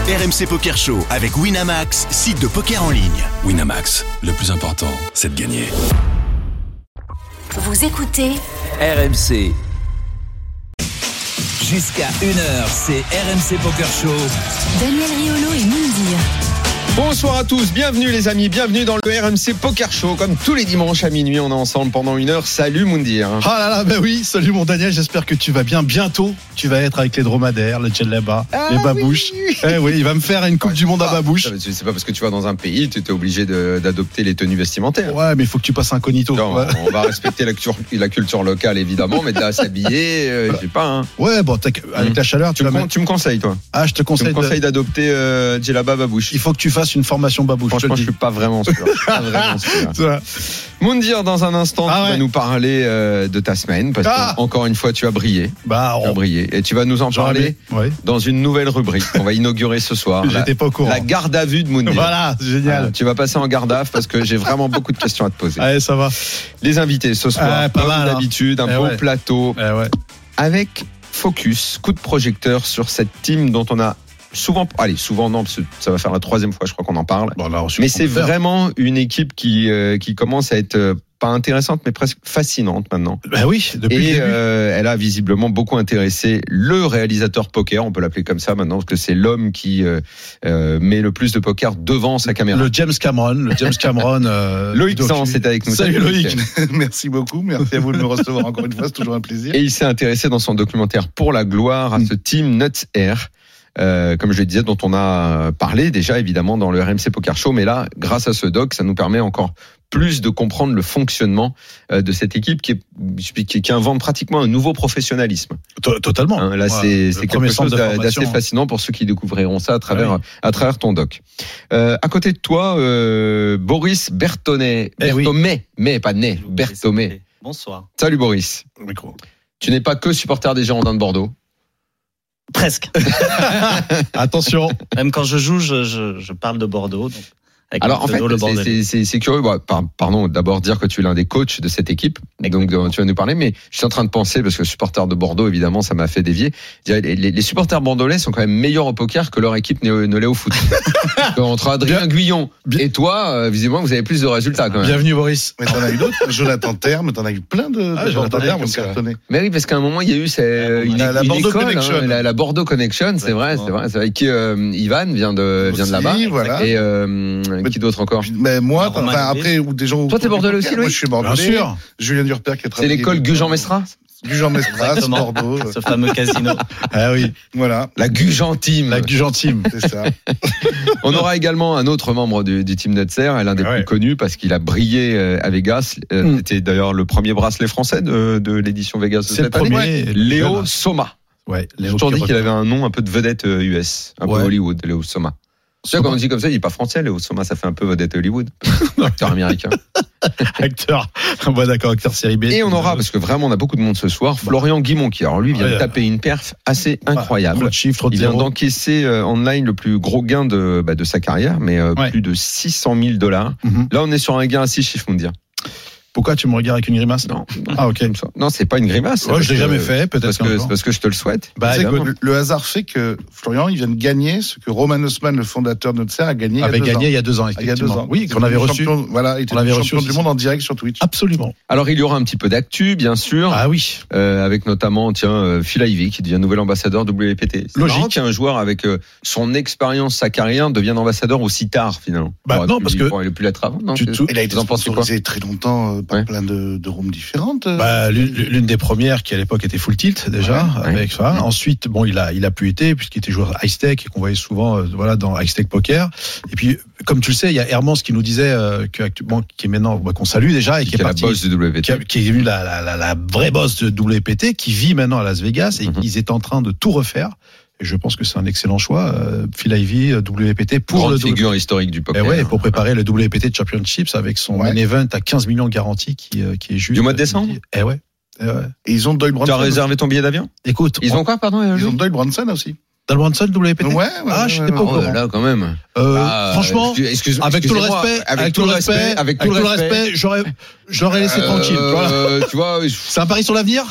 RMC Poker Show avec Winamax, site de poker en ligne. Winamax, le plus important, c'est de gagner. Vous écoutez RMC. Jusqu'à 1h, c'est RMC Poker Show. Daniel Riolo et Moundir. Bonsoir à tous, bienvenue les amis, bienvenue dans le RMC Poker Show. Comme tous les dimanches à minuit, on est ensemble pendant 1 heure. Salut Moundir. Ah là là, ben oui, salut mon Daniel, j'espère que tu vas bien. Bientôt, tu vas être avec les dromadaires, le djellaba, les babouches. Oui. Eh oui, il va me faire une coupe du monde à babouche. C'est pas parce que tu vas dans un pays, tu es obligé d'adopter les tenues vestimentaires. Ouais, mais il faut que tu passes incognito. Non, ouais. On va respecter la culture locale évidemment, mais de là à s'habiller, je sais pas. Hein. Ouais, bon, avec la chaleur, tu me conseilles toi. Ah, je te conseille. Tu me conseilles d'adopter djellaba babouche. Il faut que tu fasses une formation babouche. Franchement, je suis pas vraiment sûr. Moundir, dans un instant, tu vas nous parler de ta semaine, parce qu'encore une fois, tu as brillé. Tu as brillé. Et tu vas nous en parler dans une nouvelle rubrique qu'on va inaugurer ce soir. J'étais pas au courant. La garde à vue de Moundir. Voilà, génial. Tu vas passer en garde à vue parce que j'ai vraiment beaucoup de questions à te poser. Allez, ça va. Les invités ce soir, comme d'habitude, un beau plateau. Avec focus, coup de projecteur sur cette team dont on a souvent non, parce que ça va faire la 3e fois je crois qu'on en parle. Bon, là, mais c'est vraiment une équipe qui commence à être pas intéressante mais presque fascinante maintenant. Ben oui, depuis le début. Elle a visiblement beaucoup intéressé le réalisateur poker, on peut l'appeler comme ça maintenant parce que c'est l'homme qui met le plus de poker devant sa caméra. Le James Cameron. Loïc Sans est avec nous. Salut Loïc. Merci beaucoup, merci à vous de me recevoir encore une fois, c'est toujours un plaisir. Et il s'est intéressé dans son documentaire Pour la gloire à ce team Nuts Air. Comme je le disais, dont on a parlé déjà évidemment dans le RMC Poker Show, mais là, grâce à ce doc, ça nous permet encore plus de comprendre le fonctionnement de cette équipe qui invente pratiquement un nouveau professionnalisme. Totalement. Là, c'est quelque chose d'assez fascinant pour ceux qui découvriront ça à travers ton doc. À côté de toi, Boris Berthomé, mais pas Ney, Berthomé. Bonsoir. Salut Boris. Tu n'es pas que supporter des Girondins de Bordeaux. Presque. Attention. Même quand je joue, je parle de Bordeaux. Donc, alors en fait, c'est curieux. Pardon, d'abord dire que tu es l'un des coachs de cette équipe. Exactement. Donc tu vas nous parler. Mais je suis en train de penser, parce que supporter de Bordeaux, évidemment, ça m'a fait dévier. Les supporters bordelais sont quand même meilleurs au poker que leur équipe ne l'est au foot. Entre Adrien Guyon et toi, visiblement, vous avez plus de résultats quand même. Bienvenue Boris. Mais t'en as eu d'autres. Jonathan Terme, t'en as eu plein de Jonathan Terme qui ont cartonné. Mais oui, parce qu'à un moment, il y a eu la Bordeaux école, Connection. La Bordeaux Connection, c'est vrai. C'est vrai que Ivan vient de là-bas. Voilà. Et qui d'autre encore? Mais moi, après, ou des gens. Toi, t'es bordelais aussi, Louis? Moi, je suis bordelais. Bien sûr. Julien Durper qui a travaillé. C'est l'école Gujan-Mestras? Gujan-Mestras, Bordeaux. Ce fameux casino. Ah oui. Voilà. La Gujan-Team. La Gujan-Team. C'est ça. On aura également un autre membre du team Nutser, l'un des plus connus parce qu'il a brillé à Vegas. C'était d'ailleurs le premier bracelet français de l'édition Vegas de cette année. Léo Soma. Ouais. J'ai toujours dit qu'il avait un nom un peu de vedette US, un peu Hollywood, Léo Soma. Tu sais, quand on dit comme ça, il n'est pas français, Léo Soma, ça fait un peu vedette Hollywood. Acteur américain. Acteur. Ouais, d'accord, acteur série B. Et on aura, parce que vraiment, on a beaucoup de monde ce soir, Florian Guimont, qui, alors lui, vient de taper une perf assez incroyable. Il vient d'encaisser online le plus gros gain de sa carrière, mais plus de $600 000. Là, on est sur un gain à 6 chiffres, on dire. Pourquoi tu me regardes avec une grimace? Non. Ah, ok. Non, c'est pas une grimace. Ouais, je l'ai jamais fait, peut-être. Parce que je te le souhaite. Le hasard fait que Florian, il vient de gagner ce que Roman Haussmann, le fondateur de Nutser, a gagné il y a 2 ans. Il y a 2 ans. Oui, qu'on avait reçu. Voilà, il était champion du monde en direct sur Twitch. Absolument. Alors, il y aura un petit peu d'actu, bien sûr. Ah oui. Avec notamment, Phil Ivey, qui devient nouvel ambassadeur WPT. C'est logique. Marrant qu'un joueur avec son expérience, sa carrière, devienne ambassadeur aussi tard, finalement. Non, parce que. Il a pu l'être avant, non? Il a été sponsorisé très longtemps par plein de rooms différentes. L'une des premières qui à l'époque était Full Tilt déjà avec ça. Ensuite, il a pu été puisqu'il était joueur Ice Tech et qu'on voyait souvent dans Ice Tech Poker. Et puis comme tu le sais, il y a Hermance qui nous disait qui est maintenant qu'on salue déjà et qui est parti, la boss de WPT, qui est la vraie boss de WPT, qui vit maintenant à Las Vegas et qu'ils étaient en train de tout refaire. Et je pense que c'est un excellent choix. Phil Ivey, WPT, pour grande figure historique du poker. Et pour préparer le WPT Championships avec son main event à 15 millions garantis qui est juste. Du mois de décembre? Et ils ont Doyle Brunson. Tu as réservé ton billet d'avion? Écoute. Ils ont quoi, pardon? Ils ont Doyle Brunson aussi. Dan Brunson, WPT. Ouais. Je n'étais pas au courant. Là, quand même. Franchement, avec tout le respect, j'aurais laissé tranquille. Voilà. Tu vois, c'est un pari sur l'avenir.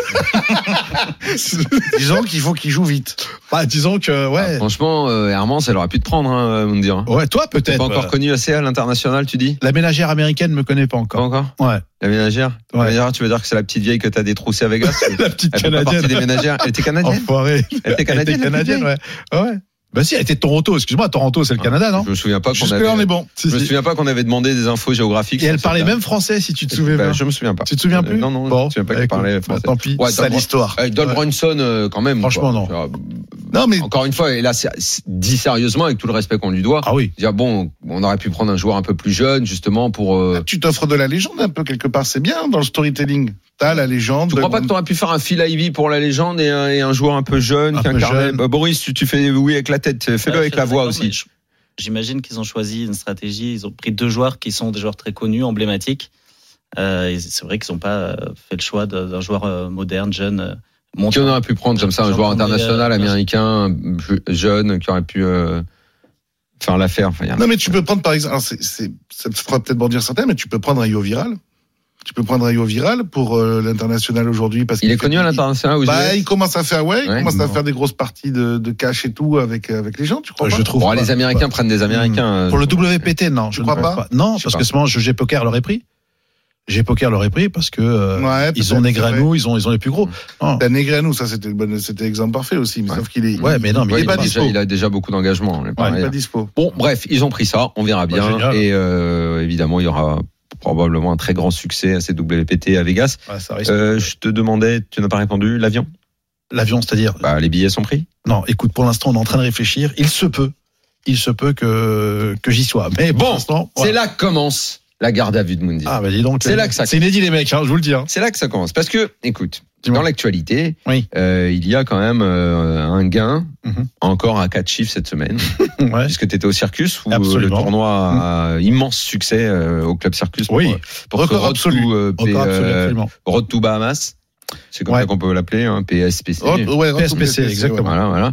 Disons qu'il faut qu'il joue vite. Disons que, ouais. Franchement, Hermans, elle aurait pu te prendre, Moundir. Ouais, toi, peut-être. T'es pas encore connu assez à l'international, tu dis? La ménagère américaine me connaît pas encore. Pas encore? Ouais. La ménagère? Ouais. La ménagère, tu veux dire que c'est la petite vieille que t'as détroussée à Vegas? La petite elle canadienne. Elle fait pas partie des ménagères. Elle était canadienne? Enfoiré. Elle était canadienne, ouais. Ouais. Bah si, elle était de Toronto. Excuse-moi, Toronto, c'est le Canada, non? Je me souviens pas qu'on Jusque-là, on est bon. Je me souviens pas qu'on avait demandé des infos géographiques. Et elle parlait même français, si tu te souviens bien. Je me souviens pas. Tu te souviens plus? Non, bon, je me souviens pas qu'elle parlait français. Tant pis. Ouais, c'est l'histoire. Don Brunson, quand même. Franchement, non. Non, mais. Encore une fois, et là, dit sérieusement, avec tout le respect qu'on lui doit. Ah oui. Dire, bon, on aurait pu prendre un joueur un peu plus jeune, justement, pour. Tu t'offres de la légende un peu quelque part. C'est bien dans le storytelling. T'as la légende. Tu crois pas que t'aurais pu faire un Phil Ivey pour la légende et un joueur un peu jeune, qui incarnait. Boris, tu fais oui avec la tête, fais-le avec la voix aussi. J'imagine qu'ils ont choisi une stratégie. Ils ont pris 2 joueurs qui sont des joueurs très connus, emblématiques. Et c'est vrai qu'ils n'ont pas fait le choix d'un joueur moderne, jeune. Qui on aurait pu prendre comme ça, un joueur international américain, jeune, qui aurait pu faire l'affaire. Non, mais tu peux prendre par exemple. Alors ça te fera peut-être bondir certains, mais tu peux prendre un Yo Viral. Tu peux prendre un Yo Viral pour l'international aujourd'hui parce qu'il est connu à l'international. Il commence à faire faire des grosses parties de cash et tout avec les gens. Tu crois pas? Je trouve. Les Américains prennent des Américains. Pour le WPT, non, je ne crois pas. Non, parce que G-Poker l'aurait pris. G-Poker l'aurait pris parce que ils ont Negreanu, ils ont les plus gros. Negreanu, ça c'était l'exemple parfait aussi. Mais sauf qu'il est. Ouais, mais non, mais il est pas dispo. Il a déjà beaucoup d'engagement. Il est pas dispo. Bon, bref, ils ont pris ça. On verra bien. Et évidemment, il y aura probablement un très grand succès à ces WPT à Vegas. Je te demandais, tu n'as pas répondu, l'avion, c'est-à-dire les billets sont pris? Non, écoute, pour l'instant, on est en train de réfléchir. Il se peut que j'y sois. Mais bon, c'est là que commence la garde à vue de Moundir. Ah, dis donc. C'est là que ça. C'est inédit, les mecs, je vous le dis. C'est là que ça commence. Parce que, écoute, dans l'actualité, oui. Il y a quand même un gain, encore à 4 chiffres cette semaine. Ouais. Puisque tu étais au Circus, où absolument. Le tournoi a immense succès au Club Circus. Oui. Pour ce Road to Bahamas. C'est comme ça qu'on peut l'appeler, PSPC. PSPC, exactement. Voilà.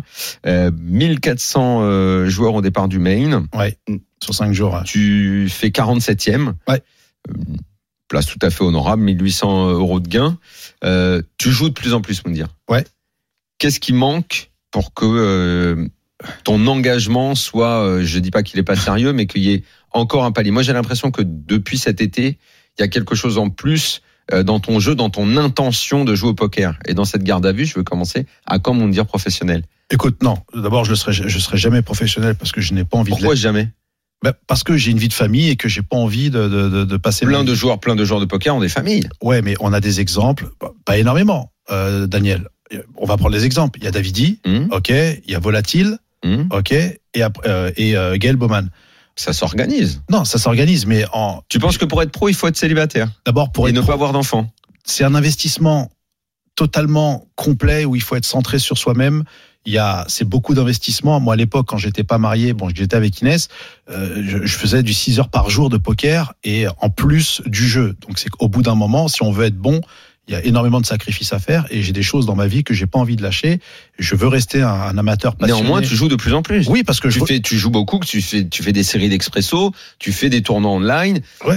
1400 joueurs au départ du main. Ouais. Sur 5 jours. Tu fais 47e. Ouais. Place tout à fait honorable, 1800 € de gain. Tu joues de plus en plus, Moundir. Ouais. Qu'est-ce qui manque pour que ton engagement soit, je dis pas qu'il est pas sérieux, mais qu'il y ait encore un palier? Moi, j'ai l'impression que depuis cet été, il y a quelque chose en plus dans ton jeu, dans ton intention de jouer au poker. Et dans cette garde à vue, je veux commencer à quand Moundir professionnel? Écoute, non. D'abord, je serai jamais professionnel parce que je n'ai pas envie. Pourquoi jamais? Parce que j'ai une vie de famille et que j'ai pas envie de passer. Plein de joueurs de poker ont des familles. Ouais, mais on a des exemples, pas énormément. Daniel, on va prendre les exemples. Il y a Davidi, ok. Il y a Volatile, ok. Et Gaël Bowman. Ça s'organise. Non, ça s'organise, mais Tu penses que pour être pro, il faut être célibataire? D'abord pour et ne pas avoir d'enfants. C'est un investissement totalement complet où il faut être centré sur soi-même. C'est beaucoup d'investissements. Moi, à l'époque, quand j'étais pas marié, j'étais avec Inès, je faisais du 6 heures par jour de poker et en plus du jeu. Donc, c'est qu'au bout d'un moment, si on veut être bon, il y a énormément de sacrifices à faire et j'ai des choses dans ma vie que j'ai pas envie de lâcher. Je veux rester un amateur passionné. Néanmoins, tu joues de plus en plus. Oui, parce que tu joues beaucoup, tu fais des séries d'expresso, tu fais des tournois online. Ouais.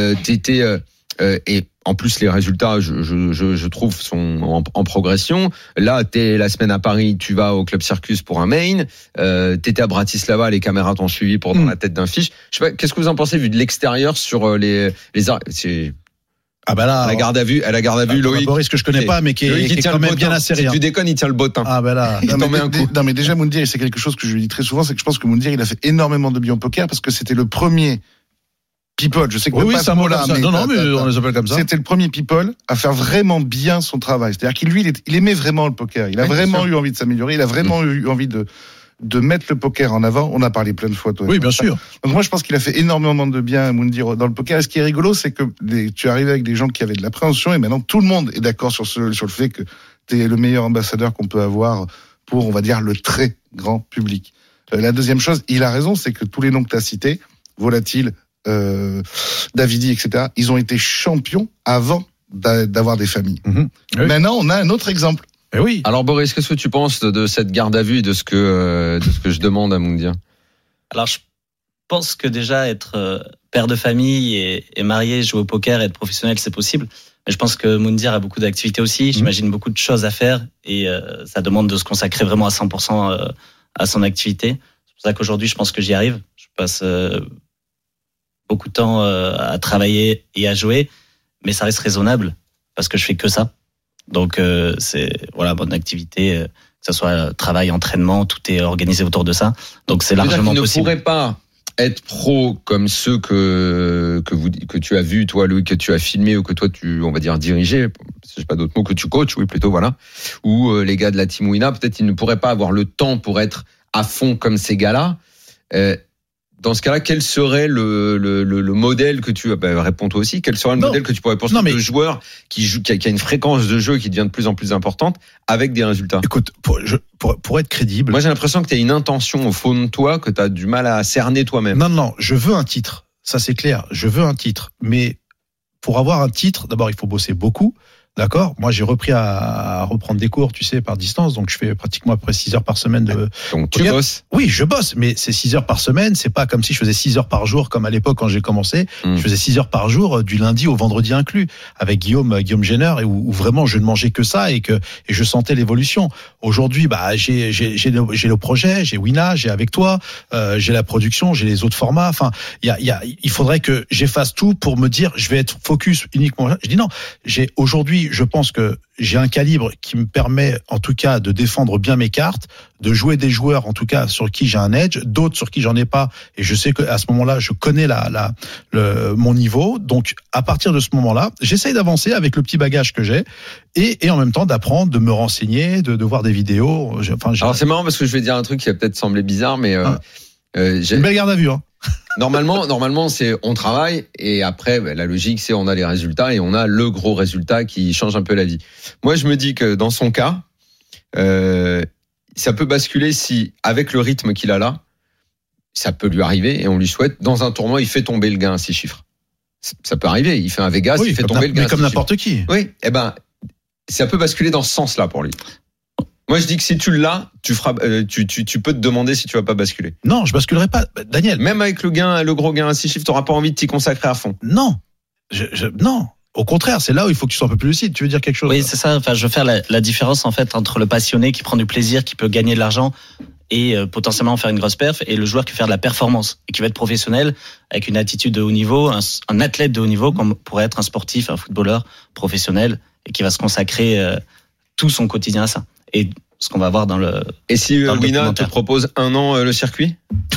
Et en plus, les résultats, je trouve, sont en progression. Là, t'es la semaine à Paris, tu vas au Club Circus pour un main. T'étais à Bratislava, les caméras t'ont suivi pour dans la tête d'un fiche. Je sais pas, qu'est-ce que vous en pensez vu de l'extérieur sur les là, à la garde à vue, Loïc. Boris que je connais pas, mais qui est quand même bien assez rien. Si tu déconnes, il tient le bottin. Là. Il t'en met un coup. Non, mais déjà, Moundir, c'est quelque chose que je lui dis très souvent, c'est que je pense que Moundir, il a fait énormément de bien au poker parce que c'était le premier people. Je sais que c'est un mot là. Mais on les appelle comme ça. C'était le premier people à faire vraiment bien son travail. C'est-à-dire qu'il il aimait vraiment le poker. Il a vraiment eu envie de s'améliorer. Il a vraiment eu envie de mettre le poker en avant. On a parlé plein de fois, toi. Oui, bien sûr. Donc moi, je pense qu'il a fait énormément de bien, Moundir, dans le poker. Et ce qui est rigolo, c'est que tu es arrivé avec des gens qui avaient de l'appréhension et maintenant tout le monde est d'accord sur le fait que tu es le meilleur ambassadeur qu'on peut avoir pour, on va dire, le très grand public. La deuxième chose, il a raison, c'est que tous les noms que tu as cités, Volatile, Davidi, etc., ils ont été champions avant d'avoir des familles. Oui. Maintenant, on a un autre exemple. Mais oui. Alors Boris, qu'est-ce que tu penses de cette garde à vue et de ce que je demande à Moundir? Alors, je pense que déjà être père de famille et marié, jouer au poker et être professionnel, c'est possible. Mais je pense que Moundir a beaucoup d'activités aussi. J'imagine beaucoup de choses à faire et ça demande de se consacrer vraiment à 100% à son activité. C'est pour ça qu'aujourd'hui, je pense que j'y arrive. Je passe beaucoup de temps à travailler et à jouer, mais ça reste raisonnable parce que je fais que ça. Donc, c'est bonne activité. Que ce soit travail, entraînement, tout est organisé autour de ça. Donc c'est largement possible. Tu ne pourrais pas être pro comme ceux que tu as vu, toi, Louis, que tu as filmé ou que toi tu, on va dire, dirigé. Je sais pas d'autres mots, que tu coaches, oui, plutôt, voilà. Ou les gars de la Team Wina, peut-être ils ne pourraient pas avoir le temps pour être à fond comme ces gars-là. Dans ce cas-là, quel serait le modèle que tu réponds toi aussi, quel serait le modèle que tu pourrais penser de joueur qui a une fréquence de jeu qui devient de plus en plus importante avec des résultats? Écoute, pour être crédible. Moi, j'ai l'impression que tu as une intention au fond de toi que tu as du mal à cerner toi-même. Non, je veux un titre. Ça, c'est clair. Je veux un titre. Mais pour avoir un titre, d'abord, il faut bosser beaucoup. D'accord. Moi, j'ai repris à reprendre des cours, tu sais, par distance. Donc, je fais pratiquement à peu près 6 heures par semaine de. Donc, tu bosses? Oui, je bosse, mais c'est 6 heures par semaine. C'est pas comme si je faisais 6 heures par jour, comme à l'époque quand j'ai commencé. Je faisais 6 heures par jour, du lundi au vendredi inclus, avec Guillaume Géner, et où vraiment je ne mangeais que ça et je sentais l'évolution. Aujourd'hui, j'ai le projet, j'ai Wina, j'ai avec toi, j'ai la production, j'ai les autres formats. Enfin, il faudrait que j'efface tout pour me dire, je vais être focus uniquement. Je dis non. Aujourd'hui, je pense que j'ai un calibre qui me permet, en tout cas, de défendre bien mes cartes, de jouer des joueurs, en tout cas, sur qui j'ai un edge, d'autres sur qui j'en ai pas. Et je sais qu'à ce moment-là, je connais mon niveau. Donc, à partir de ce moment-là, j'essaye d'avancer avec le petit bagage que j'ai et en même temps d'apprendre, de me renseigner, de voir des vidéos. Alors, c'est marrant parce que je vais dire un truc qui va peut-être sembler bizarre, mais j'ai une belle garde à vue, hein. Normalement, c'est on travaille et après la logique c'est on a les résultats et on a le gros résultat qui change un peu la vie. Moi, je me dis que dans son cas, ça peut basculer si avec le rythme qu'il a là, ça peut lui arriver et on lui souhaite dans un tournoi il fait tomber le gain à 6 chiffres. Ça peut arriver. Il fait un Vegas, il fait tomber le gain. Mais comme n'importe qui. Oui. Ça peut basculer dans ce sens-là pour lui. Moi, je dis que si tu l'as, tu peux te demander si tu vas pas basculer. Non, je basculerai pas, Daniel. Même avec le gros gain à 6 chiffres, t'auras pas envie de t'y consacrer à fond. Non. Non. Au contraire, c'est là où il faut que tu sois un peu plus lucide. Tu veux dire quelque chose? Oui, c'est ça. Enfin, je veux faire la différence, en fait, entre le passionné qui prend du plaisir, qui peut gagner de l'argent et potentiellement faire une grosse perf, et le joueur qui fait de la performance et qui va être professionnel avec une attitude de haut niveau, un athlète de haut niveau, comme pourrait être un sportif, un footballeur professionnel, et qui va se consacrer tout son quotidien à ça. Et ce qu'on va voir dans le. Et si Wina te propose 1 an le circuit?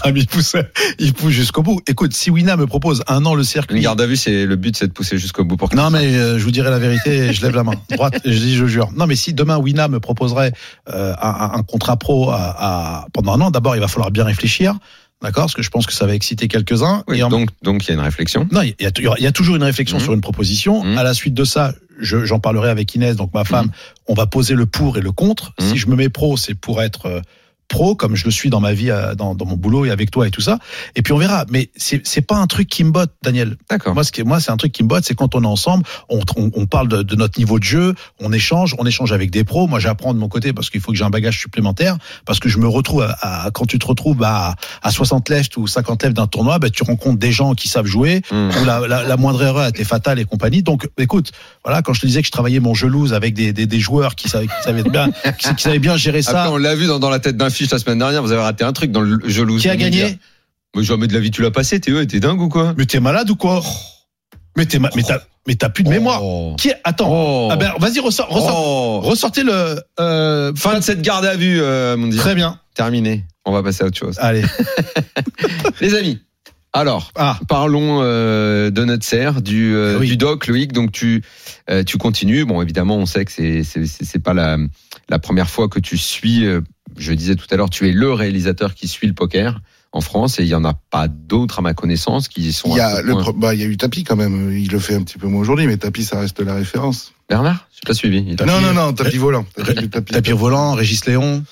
Il pousse jusqu'au bout. Écoute, si Wina me propose 1 an le circuit. Une garde à vue, le but, c'est de pousser jusqu'au bout. Non, mais je vous dirai la vérité, je lève la main droite, je jure. Non, mais si demain Wina me proposerait un contrat pro pendant 1 an, d'abord il va falloir bien réfléchir. D'accord, parce que je pense que ça va exciter quelques-uns. Oui, donc il y a une réflexion. Non, il y a toujours une réflexion sur une proposition. À la suite de ça, j'en parlerai avec Inès, donc ma femme. On va poser le pour et le contre. Si je me mets pro, c'est pour être pro, comme je le suis dans ma vie, dans mon boulot et avec toi et tout ça. Et puis on verra. Mais c'est pas un truc qui me botte, Daniel. D'accord. Moi, c'est un truc qui me botte, c'est quand on est ensemble, on parle de notre niveau de jeu, on échange avec des pros. Moi, j'apprends de mon côté parce qu'il faut que j'ai un bagage supplémentaire, parce que je me retrouve quand tu te retrouves à 60 left ou 50 left d'un tournoi, tu rencontres des gens qui savent jouer, où la moindre erreur était fatale et compagnie. Donc, écoute, voilà, quand je te disais que je travaillais mon jeu loose avec des joueurs qui savaient bien gérer ça. Après, on l'a vu dans la tête d'un fiche la semaine dernière, vous avez raté un truc dans le jeu loose. Qui a gagné? Mais jamais de la vie tu l'as passé, t'es dingue ou quoi? Mais t'es malade ou quoi? Mais t'as plus de mémoire. Attends. Ah ben, vas-y, ressortez le. Fin de cette garde à vue, mon Dieu. Très bien. Terminé. On va passer à autre chose. Allez. Les amis. Alors, parlons de notre serre, du doc, Loïc. Donc tu continues. Bon, évidemment, on sait que c'est pas la première fois que tu suis. Je disais tout à l'heure, tu es le réalisateur qui suit le poker en France, et il y en a pas d'autres à ma connaissance qui sont. Il y a eu Tapi quand même. Il le fait un petit peu moins aujourd'hui, mais Tapi, ça reste la référence. Bernard, je t'ai pas suivi. Non, Tapi volant. Tapi volant, Régis Léon.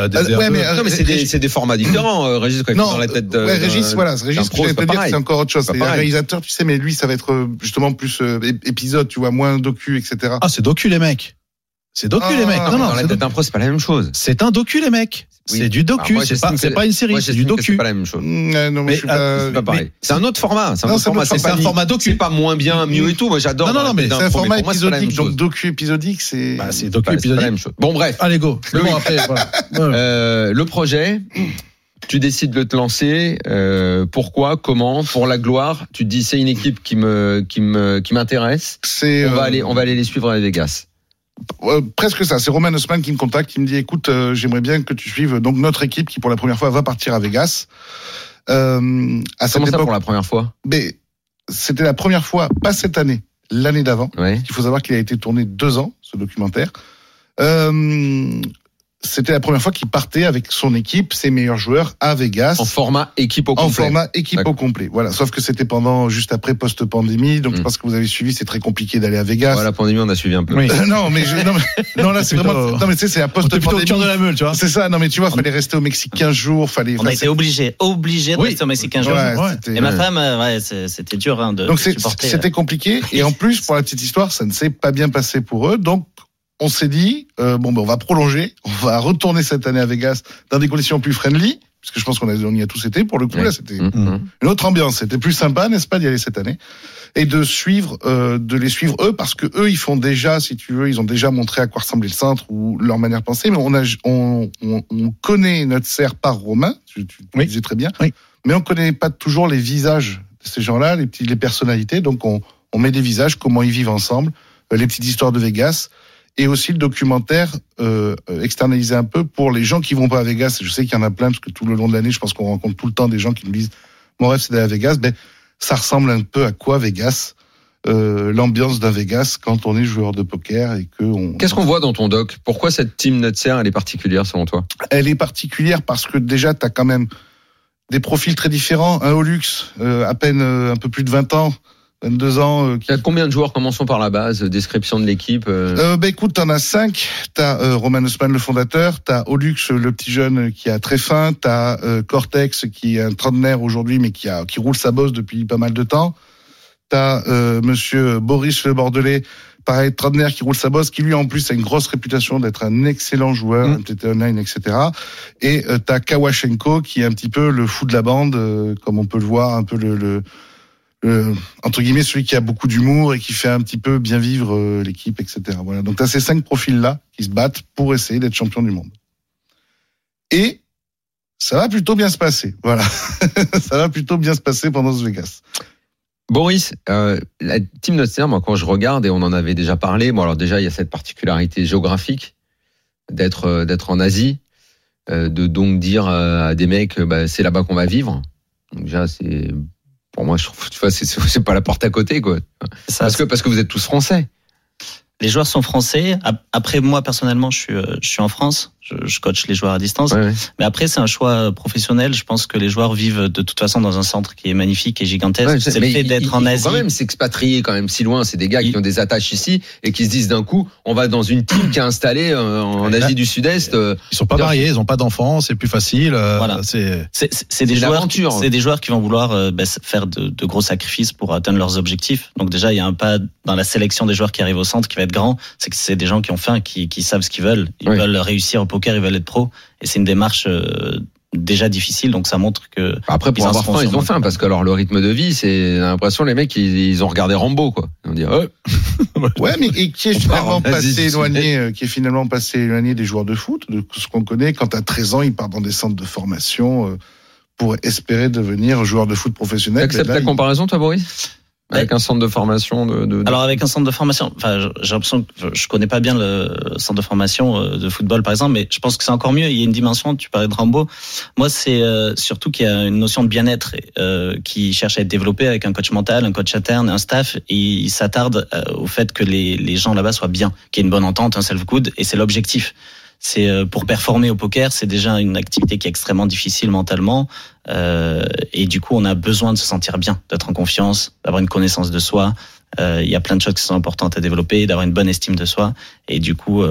C'est des formats différents. Régis, quand il est dans la tête de. Ouais, Régis, voilà. Régis, ce que j'allais te dire, c'est encore autre chose. C'est un réalisateur, tu sais, mais lui, ça va être justement plus épisode, tu vois, moins docu, etc. Ah, c'est docu, les mecs. C'est docu, les mecs. Non, dans la tête d'un pro, c'est pas la même chose. C'est un docu, les mecs. Oui. C'est du docu. Moi, c'est pas une série. Moi, c'est du docu. C'est pas la même chose. Non, Mais, C'est pas pareil. C'est un autre format. C'est un format docu. C'est pas moins bien, mieux et tout. Moi, j'adore. Non, mais c'est un format épisodique. Donc, docu épisodique, c'est. C'est docu épisodique. C'est pas la même chose. Bon, bref. Allez, go. Loïc. Après, voilà. Le projet. Tu décides de te lancer. Pourquoi? Comment? Pour la gloire? Tu te dis c'est une équipe qui m'intéresse. On va aller les suivre à Vegas. Presque ça. C'est Roman Haussmann qui me contacte, qui me dit écoute, j'aimerais bien que tu suives donc notre équipe qui pour la première fois va partir à Vegas. Comment ça pour la première fois? Mais c'était la première fois, pas cette année, l'année d'avant. Ouais. Il faut savoir qu'il a été tourné 2 ans, ce documentaire. C'était la première fois qu'il partait avec son équipe, ses meilleurs joueurs à Vegas. En format équipe au complet. Voilà. Sauf que c'était juste après post-pandémie. Donc, je pense que vous avez suivi, c'est très compliqué d'aller à Vegas. Voilà, la pandémie, on a suivi un peu. Oui. Non, là, c'est vraiment, non, mais tu sais, c'est à post-pandémie. Plutôt au cœur de la meule, tu vois. C'est ça. Non, mais tu vois, fallait rester au Mexique 15 jours, on a été obligé de rester au Mexique 15 jours. Ouais, et ma femme, c'était dur, de donc, supporter. c'était compliqué. Et en plus, pour la petite histoire, ça ne s'est pas bien passé pour eux. Donc, on s'est dit, on va prolonger, on va retourner cette année à Vegas dans des conditions plus friendly, parce que je pense qu'on y a tous été. Pour le coup, là, c'était une autre ambiance. C'était plus sympa, n'est-ce pas, d'y aller cette année. Et de les suivre eux, parce que eux, ils font déjà, si tu veux, ils ont déjà montré à quoi ressemblait le centre ou leur manière de penser. Mais on connaît notre serre par Romain, tu disais très bien. Oui. Mais on connaît pas toujours les visages de ces gens-là, les personnalités. Donc, on met des visages, comment ils vivent ensemble, les petites histoires de Vegas. Et aussi le documentaire externalisé un peu pour les gens qui vont pas à Vegas. Je sais qu'il y en a plein, parce que tout le long de l'année, je pense qu'on rencontre tout le temps des gens qui nous disent « Mon rêve, c'est d'aller à Vegas ». Ben, ça ressemble un peu à quoi Vegas, l'ambiance d'un Vegas quand on est joueur de poker et que Qu'est-ce qu'on voit dans ton doc? Pourquoi cette team Nutser, elle est particulière selon toi? Elle est particulière parce que déjà, tu as quand même des profils très différents. Un Olux, à peine un peu plus de 20 ans, 22 ans. Il y a combien de joueurs? Commençons par la base. Description de l'équipe. Écoute, t'en as 5. T'as Roman Haussmann, le fondateur. T'as Olux, le petit jeune qui a très faim. T'as Cortex, qui est un trentenaire aujourd'hui, mais qui roule sa bosse depuis pas mal de temps. T'as Monsieur Boris Le Bordelais, pareil, trentenaire qui roule sa bosse, qui lui en plus a une grosse réputation d'être un excellent joueur, MTT Online, etc. Et t'as Kawashenko, qui est un petit peu le fou de la bande, comme on peut le voir, un peu entre guillemets, celui qui a beaucoup d'humour et qui fait un petit peu bien vivre l'équipe, etc. Voilà. Donc, tu as ces 5 profils-là qui se battent pour essayer d'être champion du monde. Et ça va plutôt bien se passer. Voilà. Ça va plutôt bien se passer pendant ce Vegas. Boris, la team Nutser, moi, quand je regarde, et on en avait déjà parlé, alors déjà, il y a cette particularité géographique d'être en Asie, de donc dire à des mecs, c'est là-bas qu'on va vivre. Donc, déjà, pour moi, je trouve, tu vois, c'est pas la porte à côté, quoi. Parce que vous êtes tous français. Les joueurs sont français. Après, moi, personnellement, je suis en France. Je coach les joueurs à distance. Ouais. Mais après, c'est un choix professionnel. Je pense que les joueurs vivent de toute façon dans un centre qui est magnifique et gigantesque. Ouais, c'est le fait d'être en Asie. Ils faut quand même s'expatrier quand même si loin. C'est des gars qui ont des attaches ici et qui se disent d'un coup, on va dans une team qui est installée en Asie du Sud-Est. Ils sont pas mariés, ils ont pas d'enfants, c'est plus facile. Voilà. C'est des joueurs. C'est des joueurs qui vont vouloir faire de gros sacrifices pour atteindre leurs objectifs. Donc déjà, il y a un pas dans la sélection des joueurs qui arrivent au centre qui va être grand. C'est que c'est des gens qui ont faim, qui savent ce qu'ils veulent. Ils veulent réussir au poker, ils veulent être pro. Et c'est une démarche déjà difficile, donc ça montre que... Après, pour avoir faim, ils ont faim, parce que alors le rythme de vie, c'est l'impression, les mecs, ils ont regardé Rambo, quoi. Ils ont dit, ouais, mais qui est finalement passé éloigné des joueurs de foot, de ce qu'on connaît. Quand t'as 13 ans, ils partent dans des centres de formation pour espérer devenir joueur de foot professionnel. Tu acceptes la comparaison, toi, Boris ? Avec un centre de formation Alors avec un centre de formation, j'ai l'impression que je connais pas bien le centre de formation de football par exemple, mais je pense que c'est encore mieux. Il y a une dimension. Tu parlais de Rambo. Moi, c'est surtout qu'il y a une notion de bien-être qui cherche à être développée avec un coach mental, un coach interne, un staff. Et il s'attarde au fait que les gens là-bas soient bien, qu'il y ait une bonne entente, un self-good, et c'est l'objectif. C'est pour performer au poker, c'est déjà une activité qui est extrêmement difficile mentalement, et du coup on a besoin de se sentir bien, d'être en confiance, d'avoir une connaissance de soi. Il y a plein de choses qui sont importantes à développer, d'avoir une bonne estime de soi, et du coup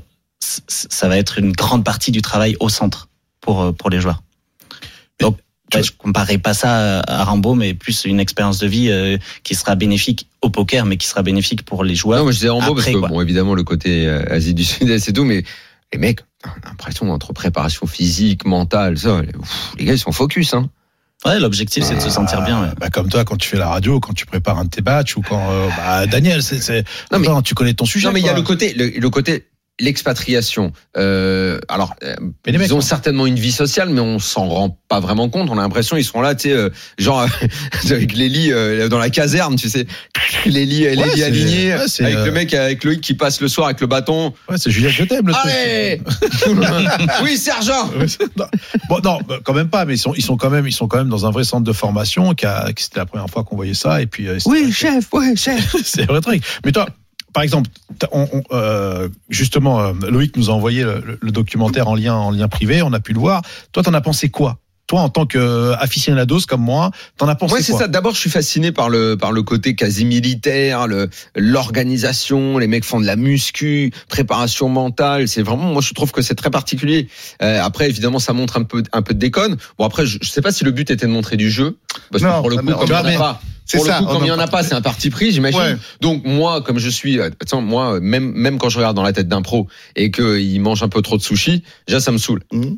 ça va être une grande partie du travail au centre pour les joueurs. Donc je comparerais pas ça à Rambo, mais plus une expérience de vie qui sera bénéfique au poker, mais qui sera bénéfique pour les joueurs. Non, moi je disais Rambo parce que bon, évidemment le côté Asie du Sud-Est et tout, mais les mecs, on a l'impression entre préparation physique, mentale, ça, les gars ils sont focus, hein. Ouais, l'objectif c'est de se sentir bien. Ouais. Bah comme toi quand tu fais la radio, quand tu prépares un de tes matchs ou quand Daniel, non mais tu connais ton sujet. Non mais il y a le côté l'expatriation. Alors, ils ont certainement une vie sociale, mais on s'en rend pas vraiment compte. On a l'impression ils seront là, tu sais, genre avec les lits dans la caserne, tu sais, les lits alignés, avec le mec, avec Loïc qui passe le soir avec le bâton. Ouais, c'est Juliette Je t'aime. Allez. Oui, sergent. Bon, non, quand même pas. Mais ils sont quand même dans un vrai centre de formation. C'était la première fois qu'on voyait ça. Et puis. Oui, chef. C'est vrai truc. Mais toi. Par exemple, justement, Loïc nous a envoyé le documentaire en lien privé. On a pu le voir. Toi, t'en as pensé quoi ? Toi, en tant qu'aficionados comme moi, t'en as pensé quoi ? Ouais, c'est ça. D'abord, je suis fasciné par le côté quasi militaire, l'organisation. Les mecs font de la muscu, préparation mentale. C'est vraiment, moi, je trouve que c'est très particulier. Après, évidemment, ça montre un peu de déconne. Bon, après, je sais pas si le but était de montrer du jeu, parce que pour le coup, comme il n'y en a pas. Pour le coup, comme il n'y en a pas, c'est un parti pris, j'imagine. Ouais. Donc moi, comme je suis, moi, même quand je regarde dans la tête d'un pro et qu'il mange un peu trop de sushi, déjà ça me saoule.